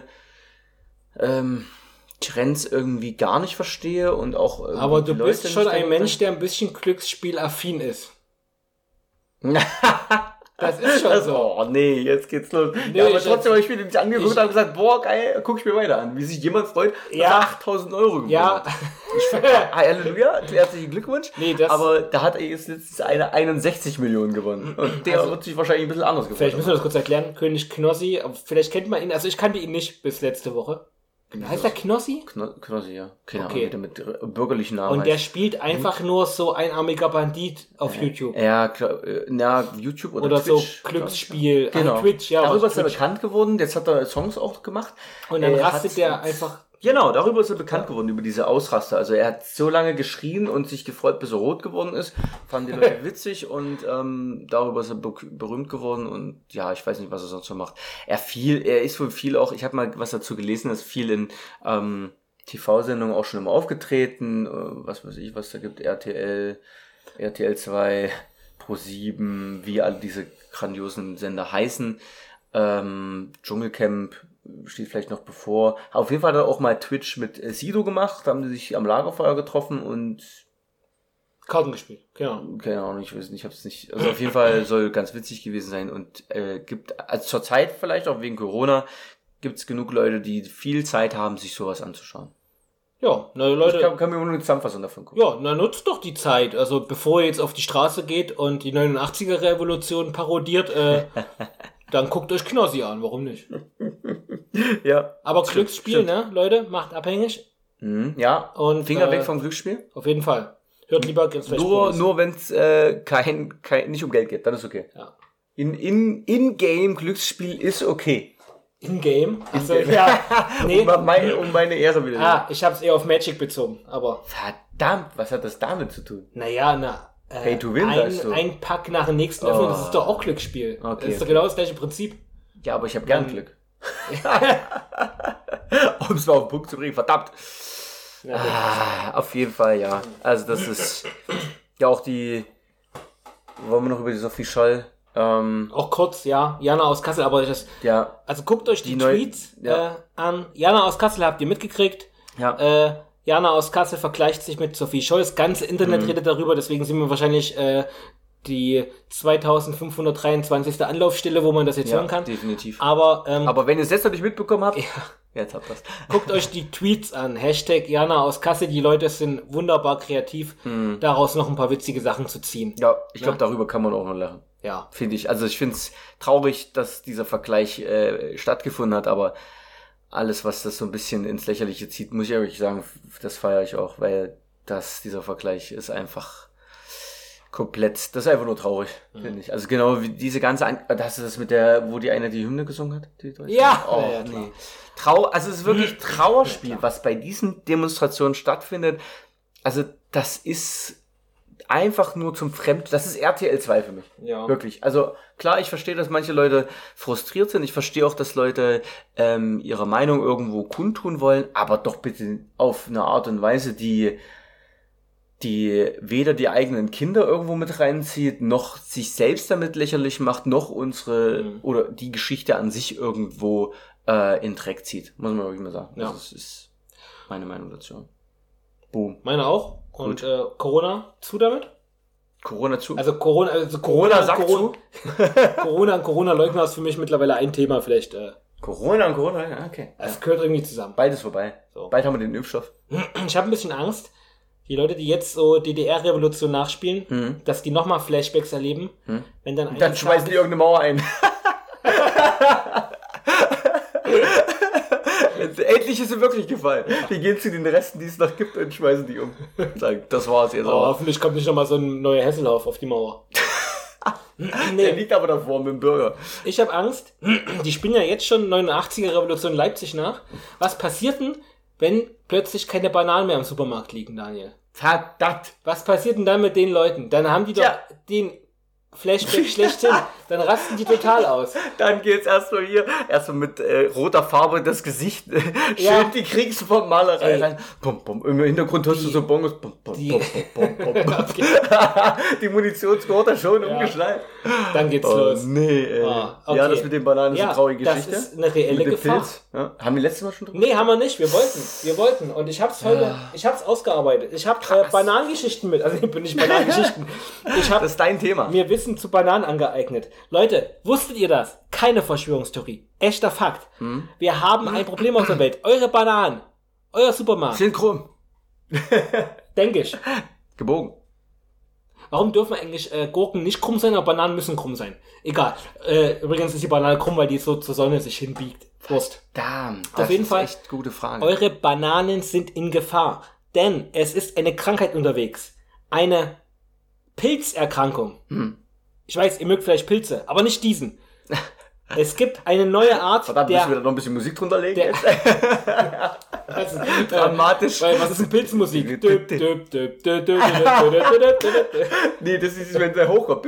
Trends irgendwie gar nicht verstehe und auch. Aber du bist schon ein Mensch, der ein bisschen glücksspielaffin ist. Das ist schon so. Oh nee, jetzt geht's los. Nee, ja, aber trotzdem habe ich mir nicht angeguckt und habe gesagt, boah, geil, guck ich mir weiter an. Wie sich jemand freut, dass er 8.000 Euro gewonnen hat. Halleluja, herzlichen Glückwunsch. Nee, aber da hat er jetzt letztens 61 Millionen gewonnen. Und der wird sich wahrscheinlich ein bisschen anders gefreut. Vielleicht müssen wir das kurz erklären. König Knossi, vielleicht kennt man ihn, also ich kannte ihn nicht bis letzte Woche. Heißt der Knossi? Knossi, ja. Keine Ahnung, der mit bürgerlichen Namen. Und der spielt einfach nur so einarmiger Bandit auf YouTube. Ja, YouTube oder Twitch. Oder so Glücksspiel. Genau. Twitch, ja. Darüber ist er bekannt geworden. Jetzt hat er Songs auch gemacht. Und dann rastet der einfach... Genau, darüber ist er bekannt geworden, über diese Ausraster. Also er hat so lange geschrien und sich gefreut, bis er rot geworden ist. Fanden die Leute witzig und darüber ist er berühmt geworden und ja, ich weiß nicht, was er sonst so macht. Er ist wohl viel auch, ich habe mal was dazu gelesen, ist viel in TV-Sendungen auch schon immer aufgetreten, was weiß ich, was da gibt, RTL 2, Pro7, wie alle diese grandiosen Sender heißen, Dschungelcamp, steht vielleicht noch bevor. Auf jeden Fall hat er auch mal Twitch mit Sido gemacht, haben sie sich am Lagerfeuer getroffen und Karten gespielt, genau. Keine Ahnung, ich weiß nicht, ich hab's nicht. Also auf jeden Fall soll ganz witzig gewesen sein und also zur Zeit vielleicht auch wegen Corona gibt's genug Leute, die viel Zeit haben, sich sowas anzuschauen. Ja, na Leute. Ich kann mir nur eine Zusammenfassung davon gucken. Ja, na nutzt doch die Zeit. Also bevor ihr jetzt auf die Straße geht und die 89er-Revolution parodiert, dann guckt euch Knossi an, warum nicht? Ja. Aber Glücksspiel, stimmt. Ne, Leute, macht abhängig. Ja, und Finger weg vom Glücksspiel. Auf jeden Fall. Hört lieber ganz Nur wenn es nicht um Geld geht, dann ist okay. Ja. In-Game Glücksspiel ist okay. In-Game? Also, ja. Nee. um meine Ehre wieder. Ich hab's eher auf Magic bezogen, aber... Verdammt, was hat das damit zu tun? Naja, Pay to win, ein Pack nach dem nächsten öffnen, das ist doch auch Glücksspiel. Okay, das ist doch genau das gleiche Prinzip. Ja, aber ich habe gern Glück. Um es mal auf den Punkt zu bringen, verdammt. Auf jeden Fall, ja. Also das ist ja auch die... Wollen wir noch über die Sophie Scholl... auch kurz, ja. Jana aus Kassel, aber das... Ja. Also guckt euch die Tweets an. Jana aus Kassel habt ihr mitgekriegt. Ja. Jana aus Kassel vergleicht sich mit Sophie Scholl. Das ganze Internet redet darüber, deswegen sind wir wahrscheinlich die 2523. Anlaufstelle, wo man das jetzt hören kann. Definitiv. Aber wenn ihr es jetzt noch nicht mitbekommen habt, jetzt habt ihr das. Guckt euch die Tweets an. Hashtag Jana aus Kassel. Die Leute sind wunderbar kreativ, daraus noch ein paar witzige Sachen zu ziehen. Ja, ich glaube, darüber kann man auch noch lachen. Ja. Finde ich. Also ich finde es traurig, dass dieser Vergleich stattgefunden hat, aber alles, was das so ein bisschen ins Lächerliche zieht, muss ich ehrlich sagen, das feiere ich auch, weil dieser Vergleich ist einfach komplett, das ist einfach nur traurig, finde ich. Also genau wie diese ganze, hast du das mit der, wo die eine die Hymne gesungen hat? Ja! Oh, ja, nee. Also es ist wirklich Trauerspiel, was bei diesen Demonstrationen stattfindet. Also das ist einfach nur zum das ist RTL 2 für mich. Ja. Wirklich. Also klar, ich verstehe, dass manche Leute frustriert sind. Ich verstehe auch, dass Leute ihre Meinung irgendwo kundtun wollen, aber doch bitte auf eine Art und Weise, die weder die eigenen Kinder irgendwo mit reinzieht, noch sich selbst damit lächerlich macht, noch oder die Geschichte an sich irgendwo in Dreck zieht. Muss man wirklich mal sagen. Ja. Das ist meine Meinung dazu. Boom. Meine auch. Und Corona zu damit? Corona zu? Also Corona sagt zu? Corona und Corona-Leugner ist für mich mittlerweile ein Thema vielleicht. Corona und Corona, okay. Es gehört irgendwie zusammen. Beides vorbei. So. Bald haben wir den Impfstoff. Ich habe ein bisschen Angst, die Leute, die jetzt so DDR-Revolution nachspielen, dass die nochmal Flashbacks erleben, wenn dann schmeißen die irgendeine Mauer ein. Endlich ist sie wirklich gefallen. Die gehen zu den Resten, die es noch gibt, und schmeißen die um. Sagen, das war's jetzt. Hoffentlich kommt nicht nochmal so ein neuer Hesselhoff auf die Mauer. Der liegt aber davor mit dem Bürger. Ich habe Angst, die spielen ja jetzt schon 89er Revolution Leipzig nach. Was passiert denn, wenn plötzlich keine Bananen mehr im Supermarkt liegen, Daniel? Verdammt. Was passiert denn dann mit den Leuten? Dann haben die doch den Flashback schlechthin. Dann rasten die total aus. Dann geht's erstmal mit roter Farbe das Gesicht, schön die Kriegsmalerei rein. Bum, bum. Im Hintergrund hörst du so Bongos. Bum, bum, bum, bum, bum, bum. Die Munitionsgurt hat schon umgeschnallt. Dann geht's los. Nee, ey. Okay. Ja, das mit den Bananen ist eine traurige Geschichte. Das ist eine reelle Gefahr. Ja. Haben wir letztes Mal schon drüber? Nee, haben wir nicht. Wir wollten. Und ich hab's heute, ich hab's ausgearbeitet. Ich hab Bananengeschichten mit. Also ich bin nicht Bananengeschichten. Das ist dein Thema. Mir Wissen zu Bananen angeeignet. Leute, wusstet ihr das? Keine Verschwörungstheorie. Echter Fakt. Wir haben ein Problem auf der Welt. Eure Bananen, euer Supermarkt. Sind krumm. Denke ich. Gebogen. Warum dürfen eigentlich Gurken nicht krumm sein, aber Bananen müssen krumm sein? Egal. Übrigens ist die Banane krumm, weil die so zur Sonne sich hinbiegt. Prost. Auf jeden Fall. Echt gute Frage. Eure Bananen sind in Gefahr. Denn es ist eine Krankheit unterwegs. Eine Pilzerkrankung. Ich weiß, ihr mögt vielleicht Pilze, aber nicht diesen. Es gibt eine neue Art. Verdammt, müssen wir da noch ein bisschen Musik drunter legen? Dramatisch. Was ist denn Pilzmusik? Nee, das ist, wenn der hochkommt.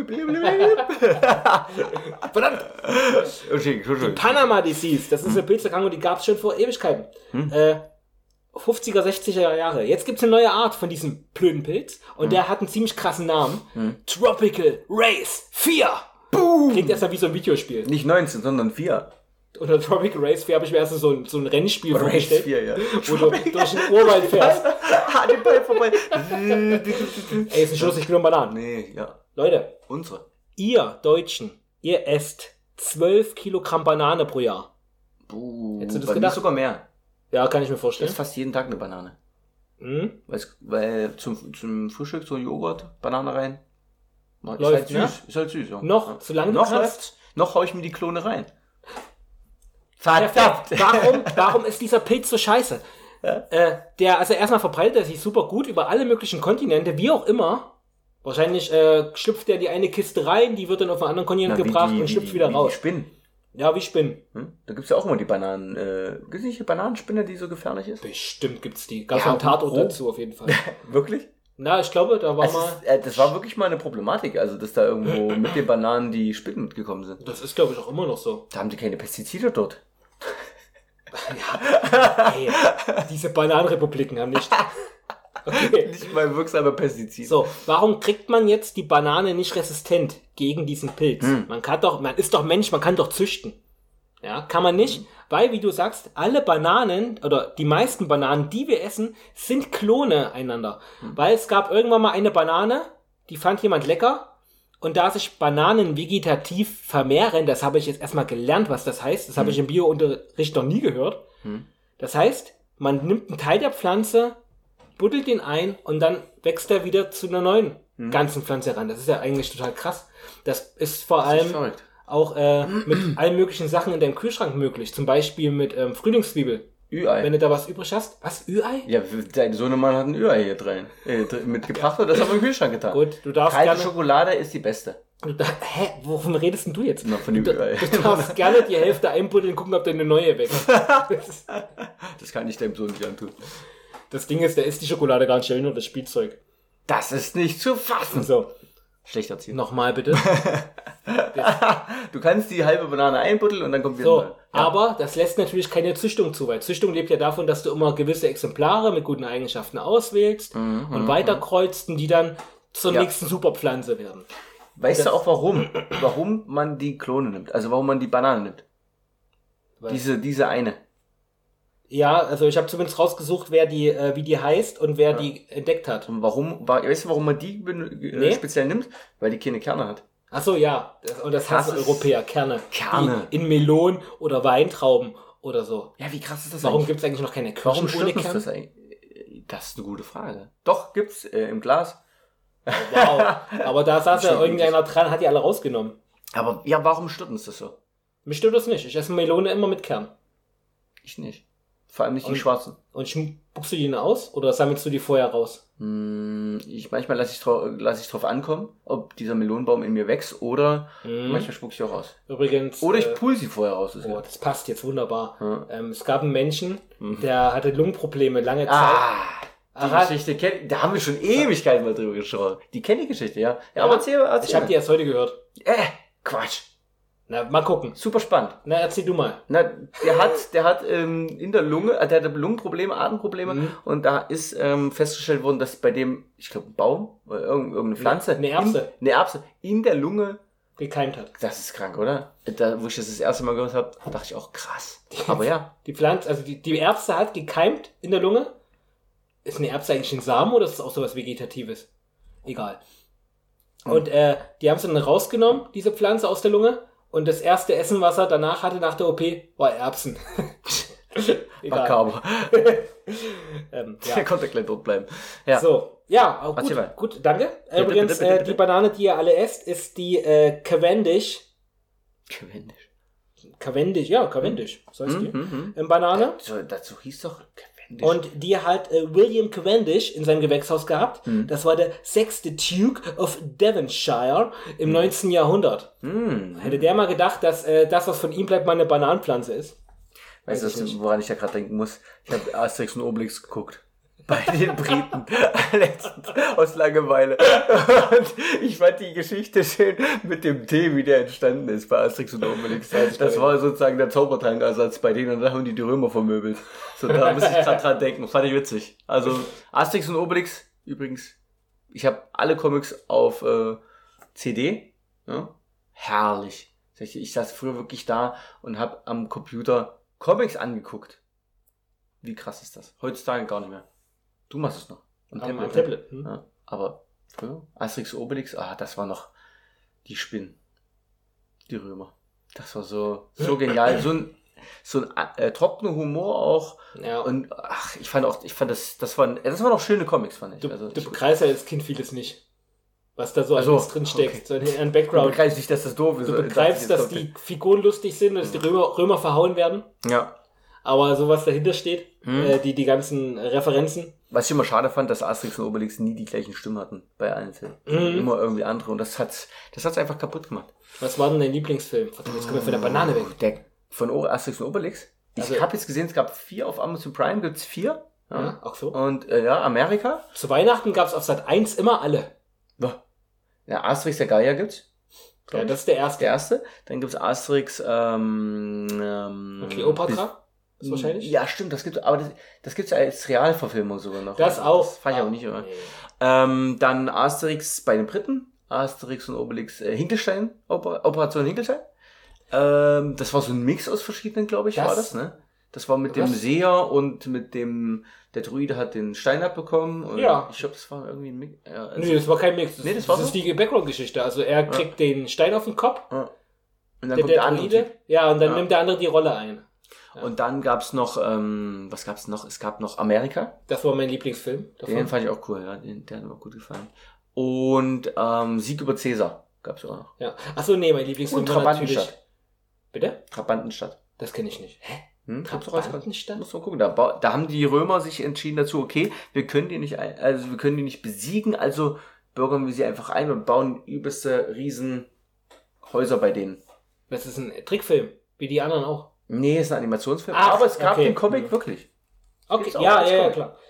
Verdammt! Die Panama Disease, das ist eine Pilzerkrankung, die gab es schon vor Ewigkeiten. 50er, 60er Jahre. Jetzt gibt's eine neue Art von diesem blöden Pilz und der hat einen ziemlich krassen Namen. Tropical Race 4. Boom! Klingt erstmal wie so ein Videospiel. Nicht 19, sondern 4. Oder Tropical Race 4 habe ich mir erst so ein Rennspiel vorgestellt. 4, ja. Wo du durch den Urwald fährst. Den Ball vorbei. Ey, ist ein Schuss, ich bin um Bananen. Nee, ja. Leute. Unsere. Ihr Deutschen, ihr esst 12 Kilogramm Banane pro Jahr. Hättest du das gedacht? Sogar mehr. Ja, kann ich mir vorstellen. Ich esse fast jeden Tag eine Banane. Weil zum Frühstück so Joghurt, Banane rein. Läuft, ist halt süß. Ist halt süß. Ja. Noch, solange du kannst. Noch hau ich mir die Klone rein. Verdammt! Warum ist dieser Pilz so scheiße? Ja. Also erstmal verbreitet er sich super gut über alle möglichen Kontinente, wie auch immer. Wahrscheinlich schlüpft er die eine Kiste rein, die wird dann auf einen anderen Kontinent gebracht und schlüpft wieder raus. Wie Spinnen. Ja, wie Spinnen. Da gibt's ja auch immer die Bananen. Gibt's nicht eine Bananenspinne, die so gefährlich ist? Bestimmt gibt's die. Gab's einen Tatort dazu auf jeden Fall. Wirklich? Na, ich glaube, da war das war wirklich mal eine Problematik, also dass da irgendwo mit den Bananen die Spinnen mitgekommen sind. Das ist, glaube ich, auch immer noch so. Da haben die keine Pestizide dort. Ja, ey, diese Bananenrepubliken haben nicht... Okay. Nicht mal wirksame Pestizide. So, warum kriegt man jetzt die Banane nicht resistent gegen diesen Pilz? Man ist doch Mensch, man kann doch züchten. Ja, kann man nicht, weil, wie du sagst, alle Bananen oder die meisten Bananen, die wir essen, sind Klone einander. Weil es gab irgendwann mal eine Banane, die fand jemand lecker. Und da sich Bananen vegetativ vermehren, das habe ich jetzt erstmal gelernt, was das heißt. Das habe ich im Bio-Unterricht noch nie gehört. Das heißt, man nimmt einen Teil der Pflanze, buddelt ihn ein und dann wächst er wieder zu einer neuen ganzen Pflanze heran. Das ist ja eigentlich total krass. Das ist vor allem auch mit allen möglichen Sachen in deinem Kühlschrank möglich. Zum Beispiel mit Frühlingszwiebel. Ü-Ei. Wenn du da was übrig hast. Was? Ü-Ei? Ja, dein Sohnemann hat ein Ü-Ei hier drin mitgebracht und das haben wir im Kühlschrank getan. Gut, du darfst Kalte Schokolade ist die beste. Wovon redest denn du jetzt? Na, von dem Ü-Ei. Du darfst gerne die Hälfte einbuddeln und gucken, ob deine neue wächst. Das kann ich deinem Sohn nicht antun. Das Ding ist, der isst die Schokolade gar nicht, nur das Spielzeug. Das ist nicht zu fassen. So. Schlecht erzählt. Nochmal bitte. Du kannst die halbe Banane einbuddeln und dann kommt wieder So, mal. Ja. aber das lässt natürlich keine Züchtung zu, weil Züchtung lebt ja davon, dass du immer gewisse Exemplare mit guten Eigenschaften auswählst und weiterkreuzt und die dann zur nächsten Superpflanze werden. Weißt du auch warum? Warum man die Klone nimmt? Also warum man die Banane nimmt? Diese eine. Ja, also ich habe zumindest rausgesucht, wie die heißt und wer die entdeckt hat. Und weißt du, warum man die speziell nimmt? Weil die keine Kerne hat. Ach so, ja. Und das hassen Europäer, Kerne. Kerne. In Melonen oder Weintrauben oder so. Ja, wie krass ist das Warum gibt es eigentlich noch keine Kirschen ohne Kerne? Das eigentlich? Das ist eine gute Frage. Doch, gibt's im Glas. Oh, wow. Aber da saß ja irgendeiner dran, hat die alle rausgenommen. Aber ja, warum stört uns das so? Mich stört das nicht. Ich esse Melone immer mit Kern. Ich nicht. Vor allem nicht die schwarzen. Und spuckst du die denn aus oder sammelst du die vorher raus? Manchmal lasse ich drauf ankommen, ob dieser Melonenbaum in mir wächst oder manchmal spuck ich auch raus. Übrigens. Oder ich pull sie vorher raus. Das passt jetzt wunderbar. Ja. Es gab einen Menschen, der hatte Lungenprobleme lange Zeit. Die Geschichte da haben wir schon Ewigkeiten mal drüber gesprochen. Die kenne die Geschichte, ja. Ja, aber erzähl. Ich habe die erst heute gehört. Quatsch. Na, mal gucken. Super spannend. Na, erzähl du mal. Na, der hat in der Lunge, der hatte Lungenprobleme, Atemprobleme und da ist festgestellt worden, dass bei dem, ich glaube, ein Baum oder irgendeine Pflanze, eine Erbse in der Lunge gekeimt hat. Das ist krank, oder? Wo ich das erste Mal gehört habe, dachte ich auch krass. Aber ja. Die Pflanze, also die Erbse hat gekeimt in der Lunge. Ist eine Erbse eigentlich ein Samen oder ist es auch sowas Vegetatives? Egal. Und die haben sie dann rausgenommen, diese Pflanze aus der Lunge. Und das erste Essen, was er danach hatte, nach der OP, war Erbsen. Makaber. Der konnte gleich dort bleiben. Ja. So, ja, gut, danke. Übrigens, bitte. Die Banane, die ihr alle esst, ist die Cavendish. Cavendish, so heißt die. Banane. Dazu hieß doch Cavendish. Und die hat William Cavendish in seinem Gewächshaus gehabt. Das war der 6. Duke of Devonshire im 19. Jahrhundert. Hätte der mal gedacht, dass das, was von ihm bleibt, mal eine Bananenpflanze ist? Weißt du, woran ich da gerade denken muss? Ich habe Asterix und Obelix geguckt. Bei den Briten. Letztens. Aus Langeweile. Und ich fand die Geschichte schön mit dem Tee, wie der entstanden ist bei Asterix und Obelix. Das war sozusagen der Zaubertrankersatz bei denen und da haben die Römer vermöbelt. So, da muss ich gerade dran denken. Fand ich witzig. Also, Asterix und Obelix, übrigens, ich habe alle Comics auf CD. Ja? Herrlich. Ich saß früher wirklich da und habe am Computer Comics angeguckt. Wie krass ist das? Heutzutage gar nicht mehr. Du machst es noch. Am Tablet. Ja, aber früher, Asterix Obelix, das war noch die Spinnen. Die Römer. Das war so genial. So ein trockener Humor auch. Ja. Und ich fand das waren noch schöne Comics, fand ich. Du begreifst ja als Kind vieles nicht. Was da so alles drin steckt. So ein Background. Du begreifst nicht, dass das doof ist. Du begreifst, dass die Figuren lustig sind, dass die Römer verhauen werden. Ja. Aber so was dahinter steht, die ganzen Referenzen. Was ich immer schade fand, dass Asterix und Obelix nie die gleichen Stimmen hatten bei allen Filmen. Immer irgendwie andere und das hat's einfach kaputt gemacht. Was war denn dein Lieblingsfilm? Jetzt kommen wir von der Banane weg. Von Asterix und Obelix? Ich habe jetzt gesehen, es gab 4 auf Amazon Prime, gibt's 4. Ja, auch so. Und Amerika. Zu Weihnachten gab's auf Sat.1 immer alle. Ja, Asterix der Geier gibt's. Ja, das ist der erste. Dann gibt's Asterix Kleopatra. Ist wahrscheinlich? Ja, stimmt, das gibt's ja als Realverfilmung sogar noch. Das auch. Das fand ich aber nicht immer. Nee. Dann Asterix bei den Briten, Asterix und Obelix Hinkelstein, Operation Hinkelstein. Das war so ein Mix aus verschiedenen, glaube ich, war das, ne? Das war mit dem Seher und mit der Druide hat den Stein abbekommen. Und ja. Ich glaube, das war irgendwie ein Mix. Ja, nee, das war kein Mix. Das ist die Background-Geschichte. Also er kriegt den Stein auf den Kopf. Ja. Und dann kommt der andere Typ. Ja, und dann nimmt der andere die Rolle ein. Ja. Und dann gab's noch, was gab's noch? Es gab noch Amerika. Das war mein Lieblingsfilm davon. Den fand ich auch cool, ja. Der hat mir auch gut gefallen. Und Sieg über Cäsar gab's auch noch. Ja. Achso, nee, mein Lieblingsfilm war natürlich... Bitte? Trabantenstadt. Das kenne ich nicht. Hä? Trabantenstadt? Muss man gucken. Da haben die Römer sich entschieden dazu, okay, wir können die nicht besiegen, also bürgern wir sie einfach ein und bauen übelste Riesenhäuser bei denen. Das ist ein Trickfilm, wie die anderen auch. Nee, ist ein Animationsfilm, aber es gab den Comic wirklich. Okay, ja, klar.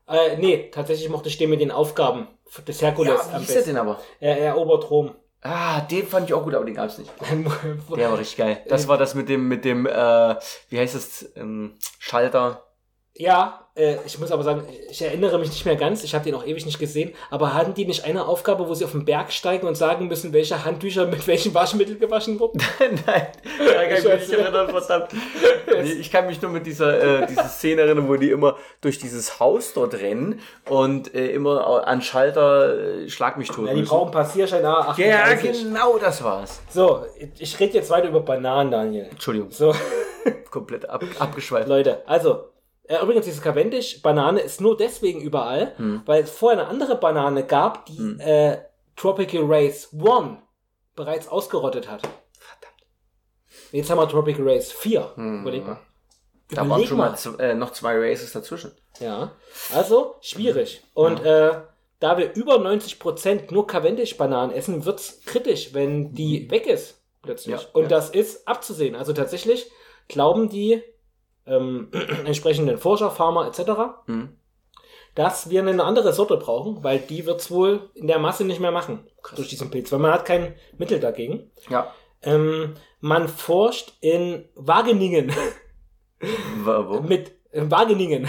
Nee, tatsächlich mochte ich den mit den Aufgaben des Herkules am besten. Wie ist der denn aber? Er erobert Rom. Den fand ich auch gut, aber den gab's nicht. Der war richtig geil. Das war das mit dem, wie heißt das, Schalter. Ja, ich muss aber sagen, ich erinnere mich nicht mehr ganz, ich habe den auch ewig nicht gesehen, aber hatten die nicht eine Aufgabe, wo sie auf den Berg steigen und sagen müssen, welche Handtücher mit welchem Waschmittel gewaschen wurden? Nein, da kann ich mich nicht erinnern, verdammt. Nee, ich kann mich nur mit dieser Szene erinnern, wo die immer durch dieses Haus dort rennen und immer an Schalter Schlag mich tot. Ja, die brauchen Passierschein A38. Ja, genau, das war's. So, ich rede jetzt weiter über Bananen, Daniel. Entschuldigung. So. Komplett abgeschweift. Leute, also... übrigens, diese Cavendish-Banane ist nur deswegen überall, weil es vorher eine andere Banane gab, die Tropical Race 1 bereits ausgerottet hat. Verdammt. Jetzt haben wir Tropical Race 4. Überleg mal. Da waren schon mal noch 2 Races dazwischen. Ja, also schwierig. Und da wir über 90% nur Cavendish-Bananen essen, wird es kritisch, wenn die weg ist plötzlich. Ja, und das ist abzusehen. Also tatsächlich glauben die entsprechenden Forscher, Pharma etc., dass wir eine andere Sorte brauchen, weil die wird es wohl in der Masse nicht mehr machen durch diesen Pilz, weil man hat kein Mittel dagegen. Ja. Man forscht in Wageningen. Wo? Wageningen.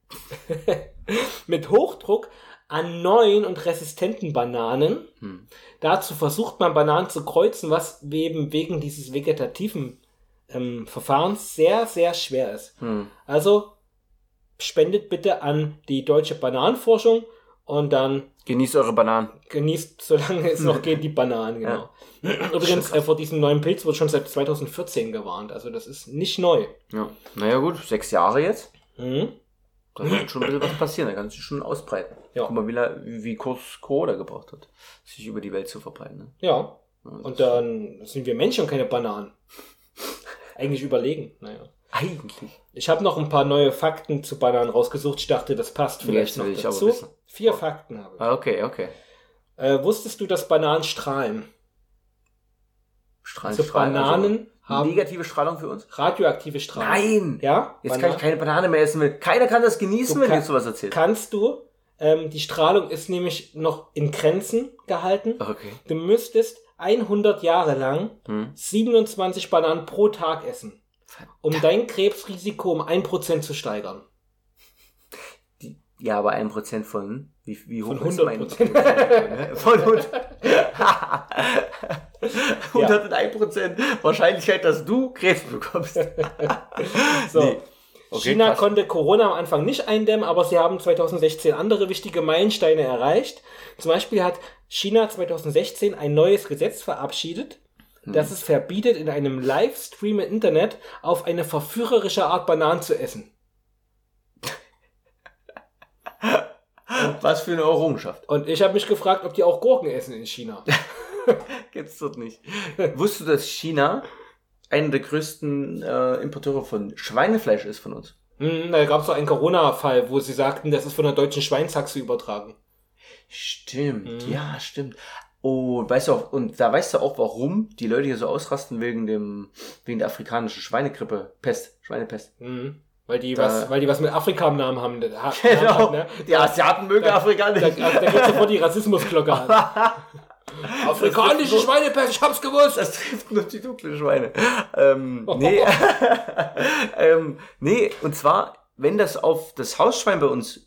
Mit Hochdruck an neuen und resistenten Bananen. Dazu versucht man Bananen zu kreuzen, was eben wegen dieses vegetativen Verfahrens sehr, sehr schwer ist. Also spendet bitte an die deutsche Bananenforschung und dann genießt eure Bananen. Genießt, solange es noch geht, die Bananen, genau. Ja. Übrigens, vor diesem neuen Pilz wird schon seit 2014 gewarnt. Also das ist nicht neu. Ja. Naja gut, 6 Jahre jetzt. Da wird schon ein bisschen was passieren, da kann sich schon ausbreiten. Ja. Guck mal, wie kurz Corona gebraucht hat, sich über die Welt zu verbreiten. Ne? Ja. Und dann sind wir Menschen und keine Bananen. Eigentlich überlegen, naja. Eigentlich. Ich habe noch ein paar neue Fakten zu Bananen rausgesucht. Ich dachte, das passt vielleicht noch dazu. 4 Fakten habe ich. Okay. Wusstest du, dass Bananen strahlen? Strahlen, Bananen haben negative Strahlung für uns? Radioaktive Strahlung. Nein! Ja? Jetzt kann ich keine Banane mehr essen. Keiner kann das genießen, wenn du jetzt sowas erzählst. Kannst du. Die Strahlung ist nämlich noch in Grenzen gehalten. Okay. Du müsstest 100 Jahre lang 27 Bananen pro Tag essen, um dein Krebsrisiko um 1% zu steigern. Ja, aber 1% von wie hoch von ist 100%? Von 100. 101% Wahrscheinlichkeit, dass du Krebs bekommst. So. Nee. Okay, China konnte Corona am Anfang nicht eindämmen, aber sie haben 2016 andere wichtige Meilensteine erreicht. Zum Beispiel hat China 2016 ein neues Gesetz verabschiedet, das es verbietet, in einem Livestream im Internet auf eine verführerische Art Bananen zu essen. Was für eine Errungenschaft. Und ich habe mich gefragt, ob die auch Gurken essen in China. Gibt's dort nicht. Wusstest du, dass China einer der größten Importeure von Schweinefleisch ist von uns? Da gab es doch einen Corona-Fall, wo sie sagten, das ist von der deutschen Schweinshaxe übertragen. Stimmt, ja, stimmt. Oh, weißt du auch, und da weißt du auch, warum die Leute hier so ausrasten wegen der afrikanischen Schweinegrippe, Schweinepest. Weil die was mit Afrika im Namen haben. Genau, ne? Die Asiaten mögen Afrika nicht. Da geht sofort die Rassismusglocke an. Afrikanische Schweinepest, ich hab's gewusst. Das trifft nur die dunklen Schweine. Nee, und zwar, wenn das auf das Hausschwein bei uns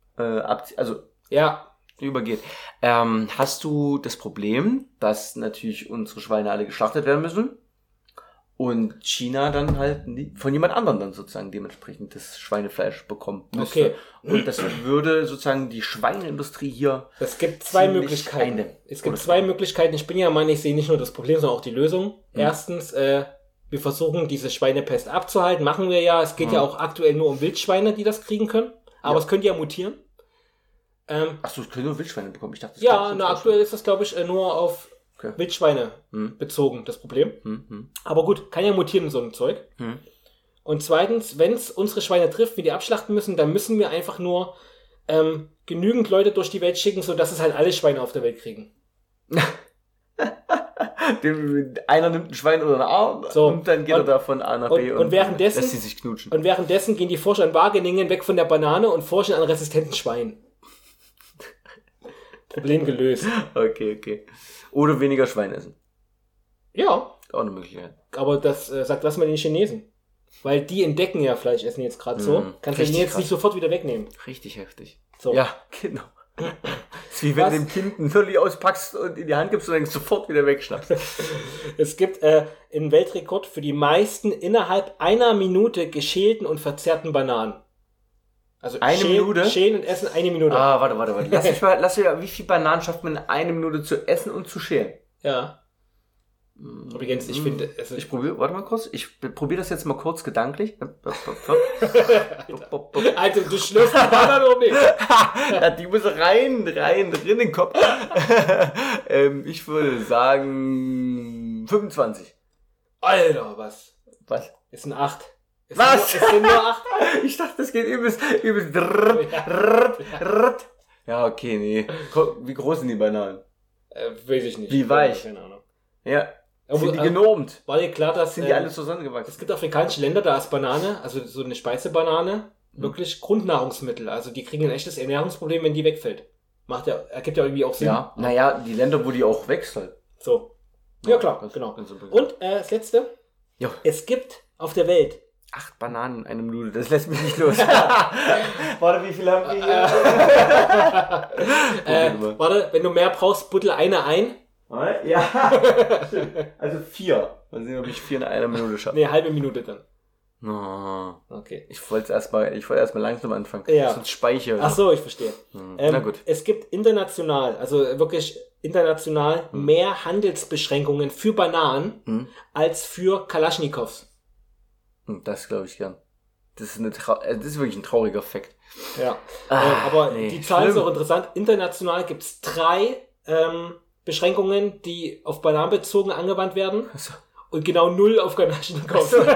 übergeht, hast du das Problem, dass natürlich unsere Schweine alle geschlachtet werden müssen und China dann halt von jemand anderem dann sozusagen dementsprechend das Schweinefleisch bekommen müsste. Okay. Und das würde sozusagen die Schweineindustrie hier. Es gibt zwei Möglichkeiten. Ich bin ja Mann, ich sehe nicht nur das Problem, sondern auch die Lösung. Erstens, wir versuchen diese Schweinepest abzuhalten. Machen wir ja. Es geht ja auch aktuell nur um Wildschweine, die das kriegen können. Aber es könnte ja mutieren. Achso, es können nur Wildschweine bekommen. Ich dachte, aktuell ist das, glaube ich, nur auf Wildschweine bezogen, das Problem. Aber gut, kann ja mutieren, so ein Zeug. Und zweitens, wenn es unsere Schweine trifft, wir die abschlachten müssen, dann müssen wir einfach nur genügend Leute durch die Welt schicken, sodass es halt alle Schweine auf der Welt kriegen. Einer nimmt ein Schwein oder einen Arm und dann geht er da von A nach B und währenddessen, lässt sie sich knutschen. Und währenddessen gehen die Forscher in Wageningen weg von der Banane und forschen an resistenten Schweinen. Problem gelöst. Okay. Oder weniger Schwein essen. Ja. Auch eine Möglichkeit. Aber das sagt was mal den Chinesen. Weil die entdecken ja Fleischessen jetzt gerade so. Kannst du den jetzt nicht sofort wieder wegnehmen. Richtig heftig. So. Ja, genau. Das ist wie wenn du dem Kind einen Lolli auspackst und in die Hand gibst und dann sofort wieder wegschnappst. Es gibt einen Weltrekord für die meisten innerhalb einer Minute geschälten und verzerrten Bananen. Also Minute? Schälen und essen 1 Minute. Warte. Lass mich mal, wie viel Bananen schafft man in 1 Minute zu essen und zu schälen? Ja. Übrigens, ich finde... Also warte mal kurz, ich probiere das jetzt mal kurz gedanklich. Also, du schlürfst die Banane oder nicht? Ja, die muss rein, drin in den Kopf. Ich würde sagen 25. Alter, was? Ist ein 8. Was? Es sind nur 8. Ich dachte, das geht übelst. Ja, okay, nee. Wie groß sind die Bananen? Weiß ich nicht. Wie weich? Keine Ahnung. Ja. Sind die genormt? War dir klar, dass... Sind die alle zusammengewachsen? Es gibt afrikanische Länder, da ist Banane, also so eine Speisebanane, wirklich Grundnahrungsmittel. Also die kriegen ein echtes Ernährungsproblem, wenn die wegfällt. Ergibt ja irgendwie auch Sinn. Ja, naja, die Länder, wo die auch wächst halt. So. Ja, klar, genau. Und das Letzte. Jo. Es gibt auf der Welt 8 Bananen in einem Nudel, das lässt mich nicht los. Warte, wie viele haben wir hier? Warte, wenn du mehr brauchst, buddel eine ein. Ja. Also 4. Mal sehen, ob ich 4 in einer Minute schaffe. Nee, halbe Minute dann. Oh. Okay. Ich wollte erstmal langsam anfangen. Ja. Sonst speichere. Ach so, ich verstehe. Na gut. Es gibt international, also wirklich international, mehr Handelsbeschränkungen für Bananen als für Kalaschnikows. Das glaube ich gern. Das ist wirklich ein trauriger Fakt. Ja. Aber die Zahl ist auch interessant. International gibt es 3 Beschränkungen, die auf Bananen bezogen angewandt werden. Also. Und genau 0 auf Kalaschnikows. Also.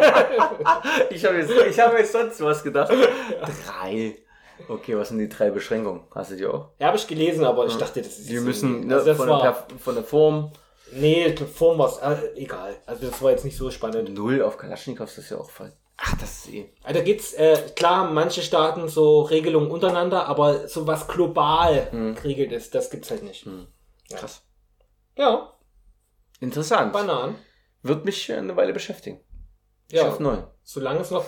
Ich habe jetzt sonst was gedacht. 3. Okay, was sind die 3 Beschränkungen? Hast du die auch? Ja, habe ich gelesen, aber ich dachte, das ist... Die müssen von der Form... Nee, Form war es egal. Also das war jetzt nicht so spannend. 0 auf Kalaschnikows, das ist ja auch voll. Ach, das ist Also da gibt's, klar haben manche Staaten so Regelungen untereinander, aber so was global geregelt ist, das gibt's halt nicht. Krass. Ja. Interessant. Bananen. Wird mich eine Weile beschäftigen. Ja. Auf 9. Solange es noch...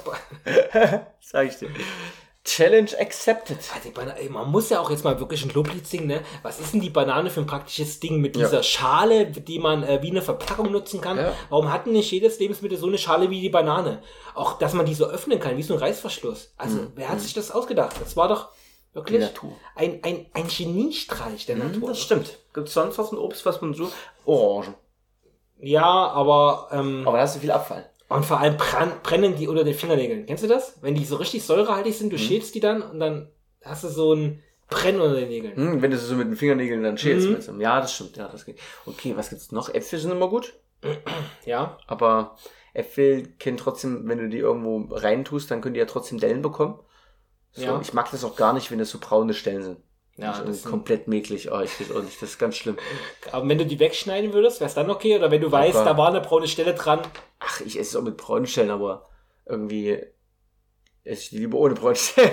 Sag ich dir. Challenge accepted. Man muss ja auch jetzt mal wirklich ein Loblied singen, ne? Was ist denn die Banane für ein praktisches Ding mit dieser Schale, die man wie eine Verpackung nutzen kann? Ja. Warum hat denn nicht jedes Lebensmittel so eine Schale wie die Banane? Auch, dass man die so öffnen kann, wie so ein Reißverschluss. Also, wer hat sich das ausgedacht? Das war doch wirklich ein Geniestreich der Natur. Das stimmt. Gibt es sonst was ein Obst, was man so... Orangen. Ja, aber da hast du viel Abfall. Und vor allem brennen die unter den Fingernägeln. Kennst du das? Wenn die so richtig säurehaltig sind, du schälst die dann und dann hast du so ein Brennen unter den Nägeln. Wenn du so mit den Fingernägeln dann schälst. Ja, das stimmt. Ja, das geht. Okay, was gibt's noch? Äpfel sind immer gut. Ja. Aber Äpfel können trotzdem, wenn du die irgendwo reintust, dann können die ja trotzdem Dellen bekommen. So, ja. Ich mag das auch gar nicht, wenn das so braune Stellen sind. Ja, das ist komplett mäglich. Oh, ich weiß auch nicht, das ist ganz schlimm. Aber wenn du die wegschneiden würdest, wäre es dann okay? Oder wenn du weißt, da war eine braune Stelle dran? Ach, ich esse es auch mit braunen Stellen, aber irgendwie esse ich die lieber ohne braune Stellen.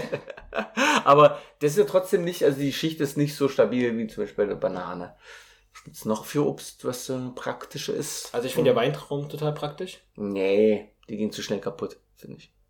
Aber das ist ja trotzdem nicht, also die Schicht ist nicht so stabil wie zum Beispiel eine Banane. Was gibt's noch für Obst, was so praktisch ist? Also ich finde der Weintrauben total praktisch. Nee, die gehen zu schnell kaputt, finde ich.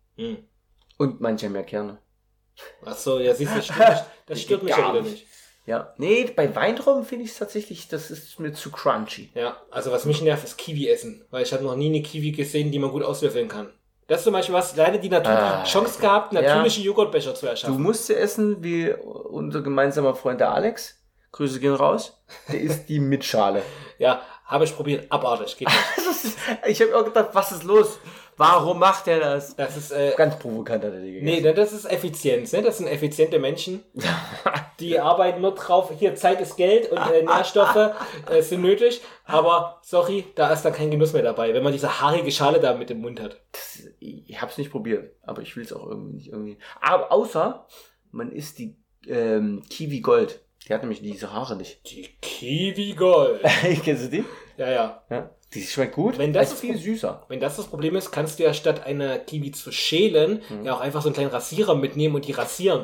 Und manche haben ja Kerne. Ach so, ja, siehst du, das stört mich ja wieder nicht. Ja, nee, bei Weintrauben finde ich es tatsächlich, das ist mir zu crunchy. Ja, also was mich nervt, ist Kiwi essen, weil ich habe noch nie eine Kiwi gesehen, die man gut auswürfeln kann. Das ist zum Beispiel was, leider die Natur die Chance gehabt, natürliche Joghurtbecher zu erschaffen. Du musst sie essen, wie unser gemeinsamer Freund der Alex. Grüße gehen raus. Der isst die mit Schale. Ja, habe ich probiert, abartig, geht nicht. Ich habe auch gedacht, was ist los? Warum macht er das? Das ist ganz provokant hat er die gegessen. Nee, das ist Effizienz, ne? Das sind effiziente Menschen. Die arbeiten nur drauf, hier Zeit ist Geld und Nährstoffe sind nötig, aber sorry, da ist dann kein Genuss mehr dabei, wenn man diese haarige Schale da mit im Mund hat. Ich hab's nicht probiert, aber ich will es auch irgendwie nicht. Aber außer man isst die Kiwi Gold. Die hat nämlich diese Haare nicht. Die Kiwi Gold. Kennst du die? Ja. Die schmeckt gut, wenn das ist viel süßer. Wenn das Problem ist, kannst du ja statt einer Kiwi zu schälen, ja auch einfach so einen kleinen Rasierer mitnehmen und die rasieren.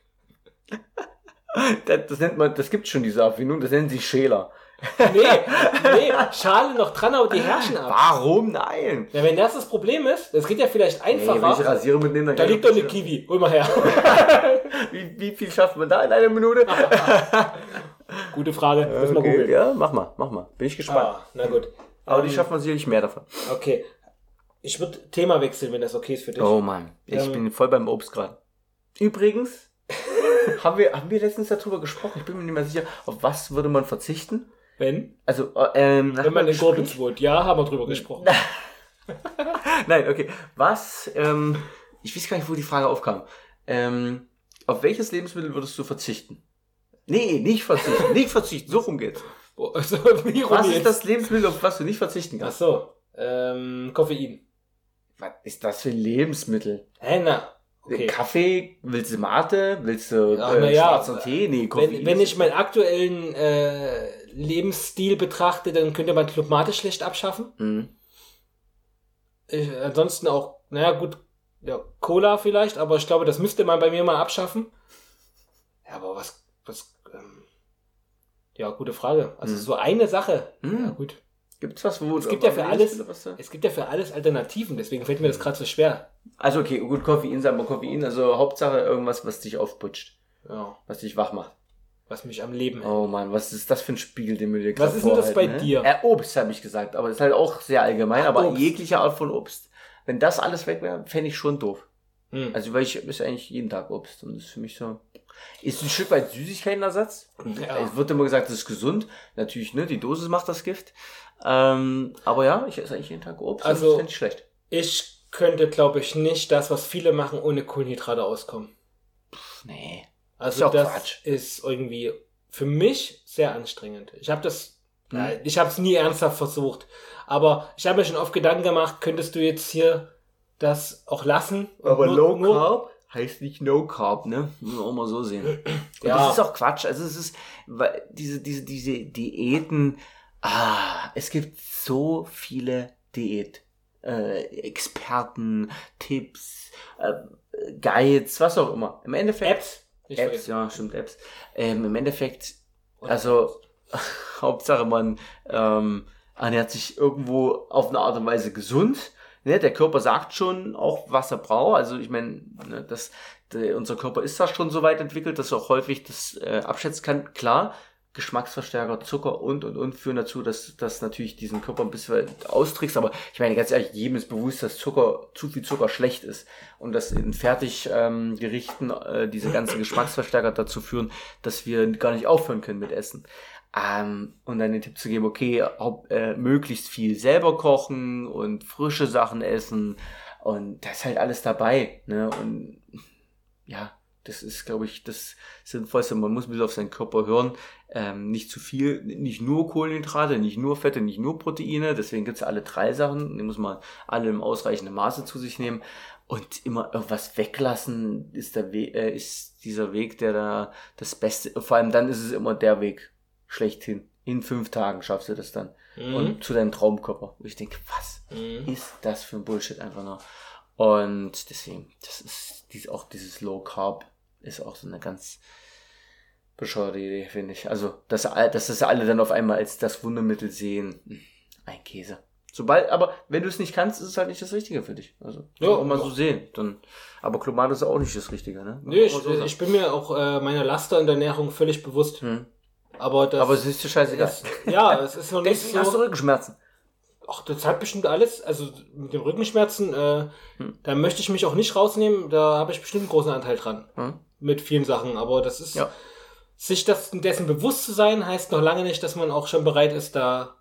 Das nennt man, das gibt schon diese Erfindung, das nennen sie Schäler. Nee, Schale noch dran, aber die Härchen ab. Warum? Nein. Ja, wenn das Problem ist, das geht ja vielleicht einfacher. Wenn ich Rasierer mitnehme, dann da liegt doch eine Kiwi, hol mal her. Wie viel schafft man da in einer Minute? Gute Frage, müssen wir googeln. Ja, mach mal. Bin ich gespannt. Na gut. Aber die schafft man sicherlich mehr davon. Okay. Ich würde Thema wechseln, wenn das okay ist für dich. Oh Mann, ich bin voll beim Obst gerade. Übrigens, haben wir letztens darüber gesprochen, ich bin mir nicht mehr sicher, auf was würde man verzichten? Wenn? Also, wenn man in Gorbitz wohnt. Ja, haben wir drüber gesprochen. Nein, okay. Was, ich weiß gar nicht, wo die Frage aufkam. Auf welches Lebensmittel würdest du verzichten? Nee, nicht verzichten, so rum geht's. Also, was ist das Lebensmittel, auf was du nicht verzichten kannst? Ach so, Koffein. Was ist das für ein Lebensmittel? Okay. Kaffee? Willst du Mate? Willst du schwarzer Tee? Nee, Koffein. Wenn ich meinen aktuellen Lebensstil betrachte, dann könnte man Club Mate schlecht abschaffen. Mhm. Ansonsten auch, Cola vielleicht, aber ich glaube, das müsste man bei mir mal abschaffen. Ja, aber was gute Frage. Also so eine Sache. Ja, gut. Gibt's was, wo es gibt ja für alles Alternativen, deswegen fällt mir das gerade so schwer. Also okay, gut, Koffein, sagen wir Koffein, also Hauptsache irgendwas, was dich aufputscht. Ja. Was dich wach macht. Was mich am Leben hält. Oh Mann, was ist das für ein Spiegel, den wir dir gerade vorhalten? Was ist denn das bei dir? Obst, habe ich gesagt, aber das ist halt auch sehr allgemein, aber Obst. Jegliche Art von Obst. Wenn das alles weg wäre, fände ich schon doof. Also, weil ich esse eigentlich jeden Tag Obst und das ist für mich so... Ist ein Stück weit Süßigkeitenersatz. Ja. Es wird immer gesagt, das ist gesund. Natürlich, die Dosis macht das Gift. Aber ja, ich esse eigentlich jeden Tag Obst. Also, das ist nicht schlecht. Ich könnte, glaube ich, nicht das, was viele machen, ohne Kohlenhydrate auskommen. Nee. Also das ist irgendwie für mich sehr anstrengend. Ich habe es nie ernsthaft versucht. Aber ich habe mir schon oft Gedanken gemacht, könntest du jetzt hier das auch lassen? Aber Low Carb heißt nicht No Carb, ne? Muss man auch mal so sehen. Und das ist auch Quatsch. Also es ist, weil diese Diäten, es gibt so viele Experten, Tipps, Guides, was auch immer. Im Endeffekt... Apps, ja, stimmt, Apps. Im Endeffekt, also Hauptsache man ernährt sich irgendwo auf eine Art und Weise gesund. Ne? Der Körper sagt schon auch, was er braucht. Also ich meine, unser Körper ist da schon so weit entwickelt, dass er auch häufig das abschätzen kann. Klar, Geschmacksverstärker, Zucker und führen dazu, dass das natürlich diesen Körper ein bisschen austrickst. Aber ich meine, ganz ehrlich, jedem ist bewusst, dass zu viel Zucker schlecht ist. Und dass in Fertiggerichten diese ganzen Geschmacksverstärker dazu führen, dass wir gar nicht aufhören können mit Essen. Und dann den Tipp zu geben, okay, möglichst viel selber kochen und frische Sachen essen. Und das ist halt alles dabei. Ne? Und ja, das ist, glaube ich, das Sinnvollste. Man muss ein bisschen auf seinen Körper hören. Nicht zu viel, nicht nur Kohlenhydrate, nicht nur Fette, nicht nur Proteine. Deswegen gibt's ja alle 3 Sachen. Die muss man alle im ausreichenden Maße zu sich nehmen. Und immer irgendwas weglassen ist dieser Weg, der da das Beste. Vor allem dann ist es immer der Weg schlechthin. In 5 Tagen schaffst du das dann. Und zu deinem Traumkörper. Und ich denke, was ist das für ein Bullshit einfach noch? Und deswegen, das ist dieses Low Carb ist auch so eine ganz bescheuerte Idee, finde ich. Also, dass das alle dann auf einmal als das Wundermittel sehen. Ein Käse. Aber wenn du es nicht kannst, ist es halt nicht das Richtige für dich. Also, kann man so sehen. Aber Club Mate ist auch nicht das Richtige, ne? Nee, ich bin mir auch meiner Laster in der Ernährung völlig bewusst. Aber es ist dir scheißegal. Es ist noch nicht so... Hast du Rückenschmerzen? Ach, das hat bestimmt alles. Also mit den Rückenschmerzen, da möchte ich mich auch nicht rausnehmen. Da habe ich bestimmt einen großen Anteil dran. Mit vielen Sachen. Aber das ist... Ja. Sich dessen bewusst zu sein, heißt noch lange nicht, dass man auch schon bereit ist, da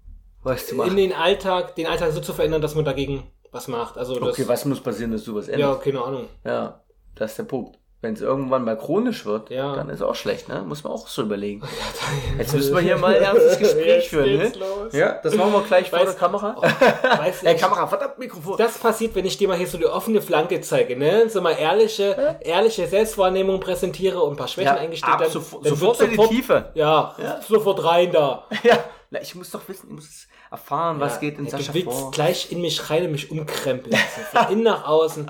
in den Alltag so zu verändern, dass man dagegen was macht. Also okay, was muss passieren, dass du was änderst? Ja, keine Ahnung. Ja, das ist der Punkt. Wenn es irgendwann mal chronisch wird, dann ist es auch schlecht, ne? Muss man auch so überlegen. Jetzt müssen wir hier mal ein ernstes Gespräch führen, ne? Ja, das machen wir gleich vor der Kamera. Kamera, verdammt, Mikrofon. Das passiert, wenn ich dir mal hier so die offene Flanke zeige, ne? So mal ehrliche Selbstwahrnehmung präsentiere und ein paar Schwächen eingestehe. Sofort in die Tiefe. Ja, sofort rein da. Ja. Na, ich muss doch wissen, ich muss erfahren, was geht in Sascha vor. Du willst gleich in mich rein und mich umkrempeln. Von innen nach außen.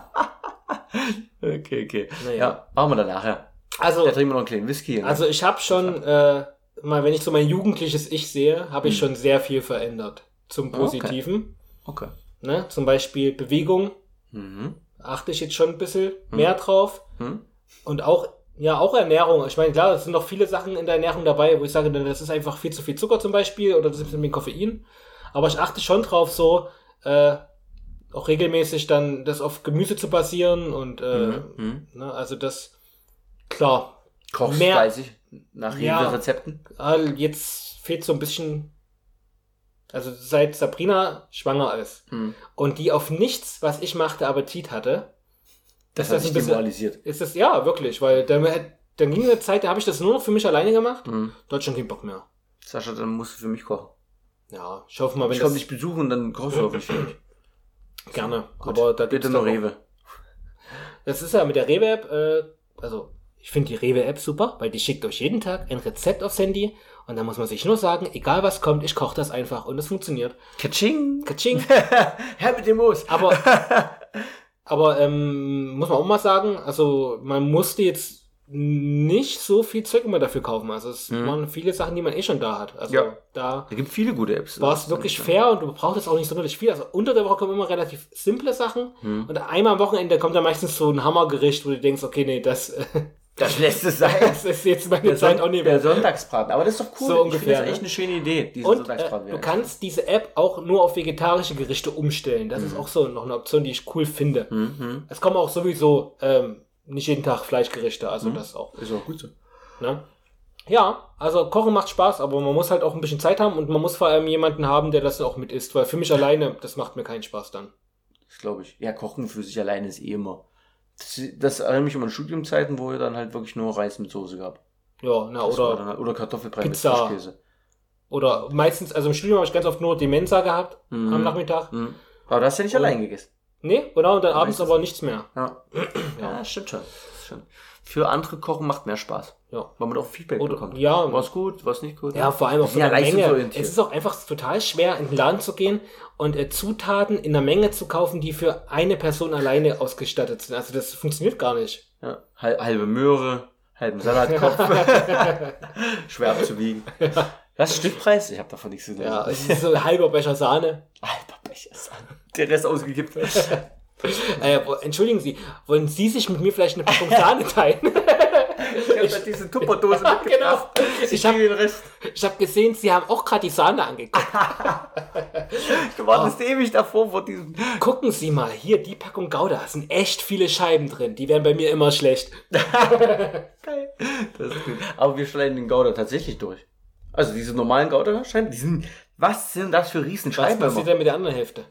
Okay. Naja. Ja, machen wir dann nachher. Also, da trinken wir noch einen kleinen Whisky. Ne? Also ich habe schon, mal wenn ich so mein jugendliches Ich sehe, habe ich schon sehr viel verändert. Zum Positiven. Okay. Ne? Zum Beispiel Bewegung. Achte ich jetzt schon ein bisschen mehr drauf. Und auch Ernährung. Ich meine, klar, es sind noch viele Sachen in der Ernährung dabei, wo ich sage, das ist einfach viel zu viel Zucker zum Beispiel oder das ist mit Koffein. Aber ich achte schon drauf, so auch regelmäßig dann das auf Gemüse zu basieren und ne, also das, klar. Kochst fleißig nach Rezepten? Jetzt fehlt so ein bisschen, also seit Sabrina schwanger ist und die auf nichts, was ich machte, Appetit hatte, das hat sich demoralisiert. Ist das, ja, wirklich, weil dann ging eine Zeit, da habe ich das nur noch für mich alleine gemacht. Deutschland kein Bock mehr. Sascha, dann musst du für mich kochen. Ja, ich hoffe mal, wenn ich komme dich besuchen, dann kochst du hoffentlich für mich. Gerne. Gut, aber da bitte noch Rewe. Das ist ja mit der Rewe-App, also ich finde die Rewe-App super, weil die schickt euch jeden Tag ein Rezept aufs Handy und dann muss man sich nur sagen, egal was kommt, ich koche das einfach und es funktioniert. Katsching! Herr mit dem Moos! Aber muss man auch mal sagen, also man musste jetzt nicht so viel Zeug immer dafür kaufen. Also es waren viele Sachen, die man schon da hat. Also da gibt viele gute Apps. War es wirklich fair und du brauchst jetzt auch nicht sonderlich viel. Also unter der Woche kommen immer relativ simple Sachen und einmal am Wochenende kommt dann meistens so ein Hammergericht, wo du denkst, okay, nee, das lässt es sein. Das ist jetzt meine Zeit auch nicht mehr. Der Sonntagsbraten. Aber das ist doch cool. So ungefähr. Das ist echt eine schöne Idee, diese Sonntagsbraten. Du kannst diese App auch nur auf vegetarische Gerichte umstellen. Das ist auch so noch eine Option, die ich cool finde. Es kommen auch sowieso nicht jeden Tag Fleischgerichte. Also das auch. Ist auch gut so. Ne? Ja, also Kochen macht Spaß, aber man muss halt auch ein bisschen Zeit haben und man muss vor allem jemanden haben, der das auch mit isst. Weil für mich alleine, das macht mir keinen Spaß dann. Das glaube ich. Ja, Kochen für sich alleine ist immer... Das erinnert mich an Studiumzeiten, wo ihr dann halt wirklich nur Reis mit Soße gab. Ja, oder Kartoffelbrei mit Frischkäse. Oder meistens, also im Studium habe ich ganz oft nur die Mensa gehabt am Nachmittag. Aber du hast ja nicht allein gegessen. Nee, genau, und dann abends aber nichts mehr. Ja, stimmt schon. Für andere Kochen macht mehr Spaß. Ja. Weil man auch Feedback bekommt. Ja. Was gut, was nicht gut. Ja, vor allem auch von der Menge. Es ist auch einfach total schwer, in den Laden zu gehen und Zutaten in der Menge zu kaufen, die für eine Person alleine ausgestattet sind. Also das funktioniert gar nicht. Ja. Halbe Möhre, halben Salatkopf. Schwer abzuwiegen. Was ist Stückpreis? Ich habe davon nichts zu sagen. Ja, es ist so ein halber Becher Sahne. Der Rest ausgekippt. Entschuldigen Sie, wollen Sie sich mit mir vielleicht eine Packung Sahne teilen? Ich habe halt diese Tupperdose mitgebracht. Genau. Ich habe gesehen, Sie haben auch gerade die Sahne angeguckt. Du wartest ewig davor vor diesem... Gucken Sie mal, hier, die Packung Gouda, da sind echt viele Scheiben drin. Die werden bei mir immer schlecht. Geil. Das ist gut. Aber wir schneiden den Gouda tatsächlich durch. Also diese normalen Gouda-Scheiben, die sind... Was sind das für Riesenscheiben? Was passiert denn mit der anderen Hälfte?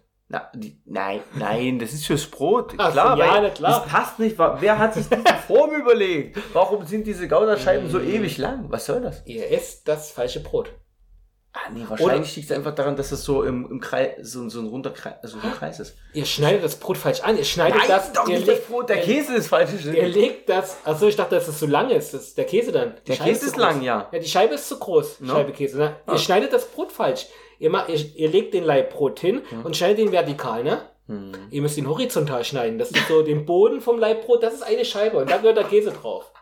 Nein, das ist fürs Brot. Ach, klar, ja, klar. Das passt nicht. Wer hat sich diese Form überlegt? Warum sind diese Gouda-Scheiben so ewig lang? Was soll das? Ihr esst das falsche Brot. Nee, wahrscheinlich liegt es einfach daran, dass es so im Kreis, so ein runder Kreis, Kreis ist. Ihr schneidet das Brot falsch an. Ihr schneidet doch nicht das Brot. Der Käse ist falsch. Ihr legt das, achso, ich dachte, dass es so lang ist. Das ist der Käse dann. Der Käse ist lang, ja. Ja, die Scheibe ist zu groß. No? Scheibe Käse. Ne? Ihr schneidet das Brot falsch. Ihr legt den Laibbrot hin und schneidet ihn vertikal, ne? Ihr müsst ihn horizontal schneiden. Das ist so den Boden vom Laibbrot, das ist eine Scheibe und da gehört der Käse drauf.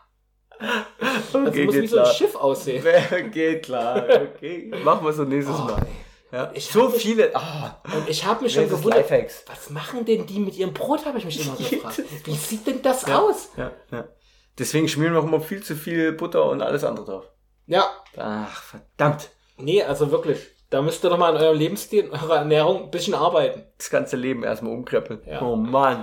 Das muss wie so ein Schiff aussehen. Geht klar. Okay. Machen wir so nächstes Mal. Ja. Viele. Und ich habe mich schon gewundert, was machen denn die mit ihrem Brot, habe ich mich immer gefragt. Wie sieht denn das aus? Ja. Deswegen schmieren wir auch immer viel zu viel Butter und alles andere drauf. Ja. Ach, verdammt. Nee, also wirklich. Da müsst ihr doch mal an eurem Lebensstil, in eurer Ernährung ein bisschen arbeiten. Das ganze Leben erstmal umkrempeln. Ja. Oh Mann.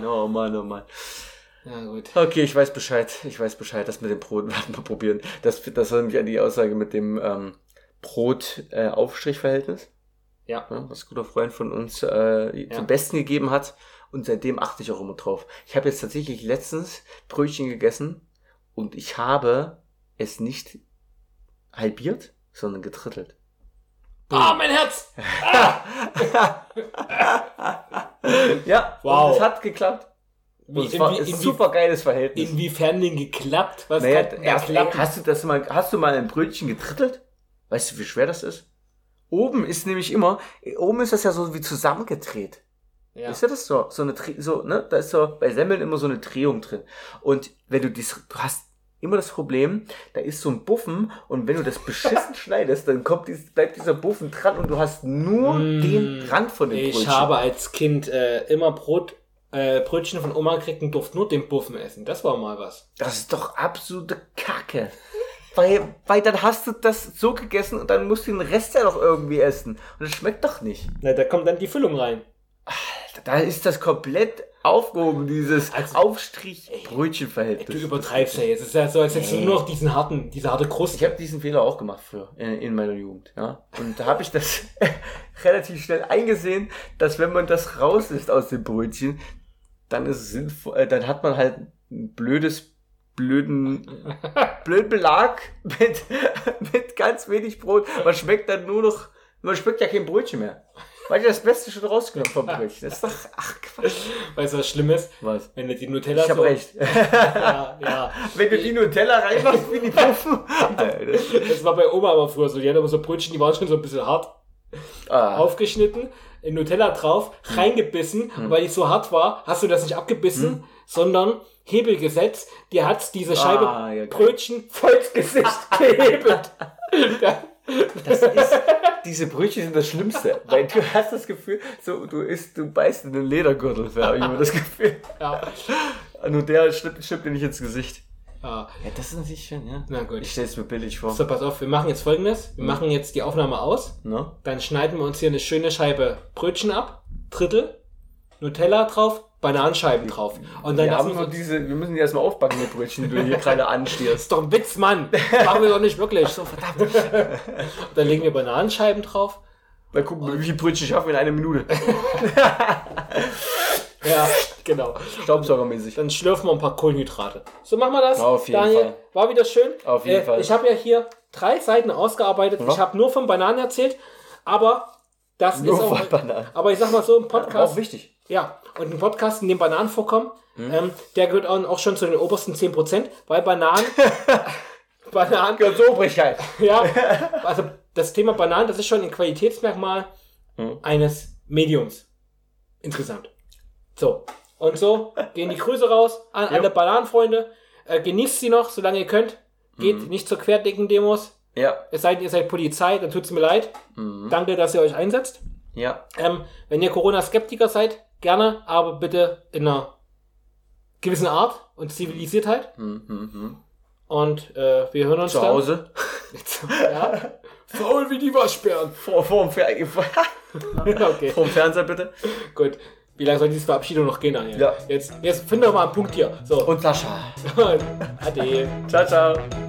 Ja, gut. Okay, ich weiß Bescheid. Das mit dem Brot werden wir probieren. Das war nämlich an die Aussage mit dem Brot-Aufstrich-Verhältnis. Ja. Was ein guter Freund von uns zum Besten gegeben hat. Und seitdem achte ich auch immer drauf. Ich habe jetzt tatsächlich letztens Brötchen gegessen und ich habe es nicht halbiert, sondern gedrittelt. Mein Herz! Ja, wow. Und es hat geklappt. Es war ein super geiles Verhältnis. Inwiefern denn geklappt? Hast du mal ein Brötchen gedrittelt? Weißt du, wie schwer das ist? oben ist nämlich immer, oben ist das ja so wie zusammengedreht. Ja. Ist ja das so? Da ist so bei Semmeln immer so eine Drehung drin. Und wenn du hast immer das Problem, da ist so ein Buffen und wenn du das beschissen schneidest, dann bleibt dieser Buffen dran und du hast nur den Rand von dem Brötchen. Ich habe als Kind immer Brötchen von Oma gekriegt und durfte nur den Buffen essen. Das war mal was. Das ist doch absolute Kacke. Weil dann hast du das so gegessen und dann musst du den Rest ja noch irgendwie essen. Und das schmeckt doch nicht. Na, da kommt dann die Füllung rein. Alter, da ist das komplett aufgehoben, dieses Aufstrich-Brötchen-Verhältnis. Du übertreibst ja jetzt. Es ist ja so, als hättest du nur noch diese harte Kruste. Ich habe diesen Fehler auch gemacht früher, in meiner Jugend. Ja? Und da habe ich das relativ schnell eingesehen, dass wenn man das raus ist aus dem Brötchen, dann ist es sinnvoll, dann hat man halt ein blöden Belag mit ganz wenig Brot. Man schmeckt ja kein Brötchen mehr. Weil ich das Beste schon rausgenommen vom Brötchen. Das ist doch, Quatsch. Weißt du, was schlimm ist? Was? Wenn du die Nutella Ich hab recht. ja. Wenn du die Nutella reinmachst, wie die Puffen. Das war bei Oma aber früher so. Die hat aber so Brötchen, die waren schon so ein bisschen hart. Aufgeschnitten, in Nutella drauf, reingebissen. Und weil die so hart war, hast du das nicht abgebissen, sondern Hebel gesetzt. Die hat diese Scheibe Brötchen voll ins Gesicht gehebelt. Diese Brötchen sind das Schlimmste, weil du hast das Gefühl, so du beißt in den Ledergürtel, habe ich immer das Gefühl. Ja. Nur der schnippt dir nicht ins Gesicht. Ja, das ist natürlich schön, ja. Na gut. Ich stelle es mir billig vor. So, pass auf, wir machen jetzt Folgendes. Wir machen jetzt die Aufnahme aus. No? Dann schneiden wir uns hier eine schöne Scheibe Brötchen ab. Drittel. Nutella drauf. Bananenscheiben drauf. Und dann wir müssen die erstmal aufbacken, die Brötchen, die du hier gerade anstierst. Das ist doch ein Witz, Mann. Das machen wir doch nicht wirklich. So, verdammt. Dann legen wir Bananenscheiben drauf. Mal gucken, wie viele Brötchen schaffen wir in einer Minute. Ja, genau. Staubsaugermäßig. Dann schlürfen wir ein paar Kohlenhydrate. So, machen wir das. Auf jeden Fall. War wieder schön. Auf jeden Fall. Ich habe ja hier 3 Seiten ausgearbeitet. Ja. Ich habe nur von Bananen erzählt, aber das nur ist auch... Von Bananen. Aber ich sag mal so, ein Podcast... Ja, auch wichtig. Ja, und ein Podcast, in dem Bananen vorkommen, der gehört auch schon zu den obersten 10%, weil Bananen gehört zur Obrigkeit. Ja, also das Thema Bananen, das ist schon ein Qualitätsmerkmal eines Mediums. Insgesamt. So, und so gehen die Grüße raus an alle Bananenfreunde. Genießt sie noch, solange ihr könnt. Geht nicht zur Querdenken-Demos. Ja. Es sei denn, ihr seid Polizei, dann tut's mir leid. Danke, dass ihr euch einsetzt. Ja. Wenn ihr Corona-Skeptiker seid, gerne, aber bitte in einer gewissen Art und Zivilisiertheit. Und wir hören uns zu Hause. Ja. Faul wie die Waschbären. Vorm Fernseher bitte. Gut. Wie lange soll diese Verabschiedung noch gehen, Daniel? Ja. Jetzt finden wir mal einen Punkt hier. So. Und Sascha. Ade. Ciao, ciao.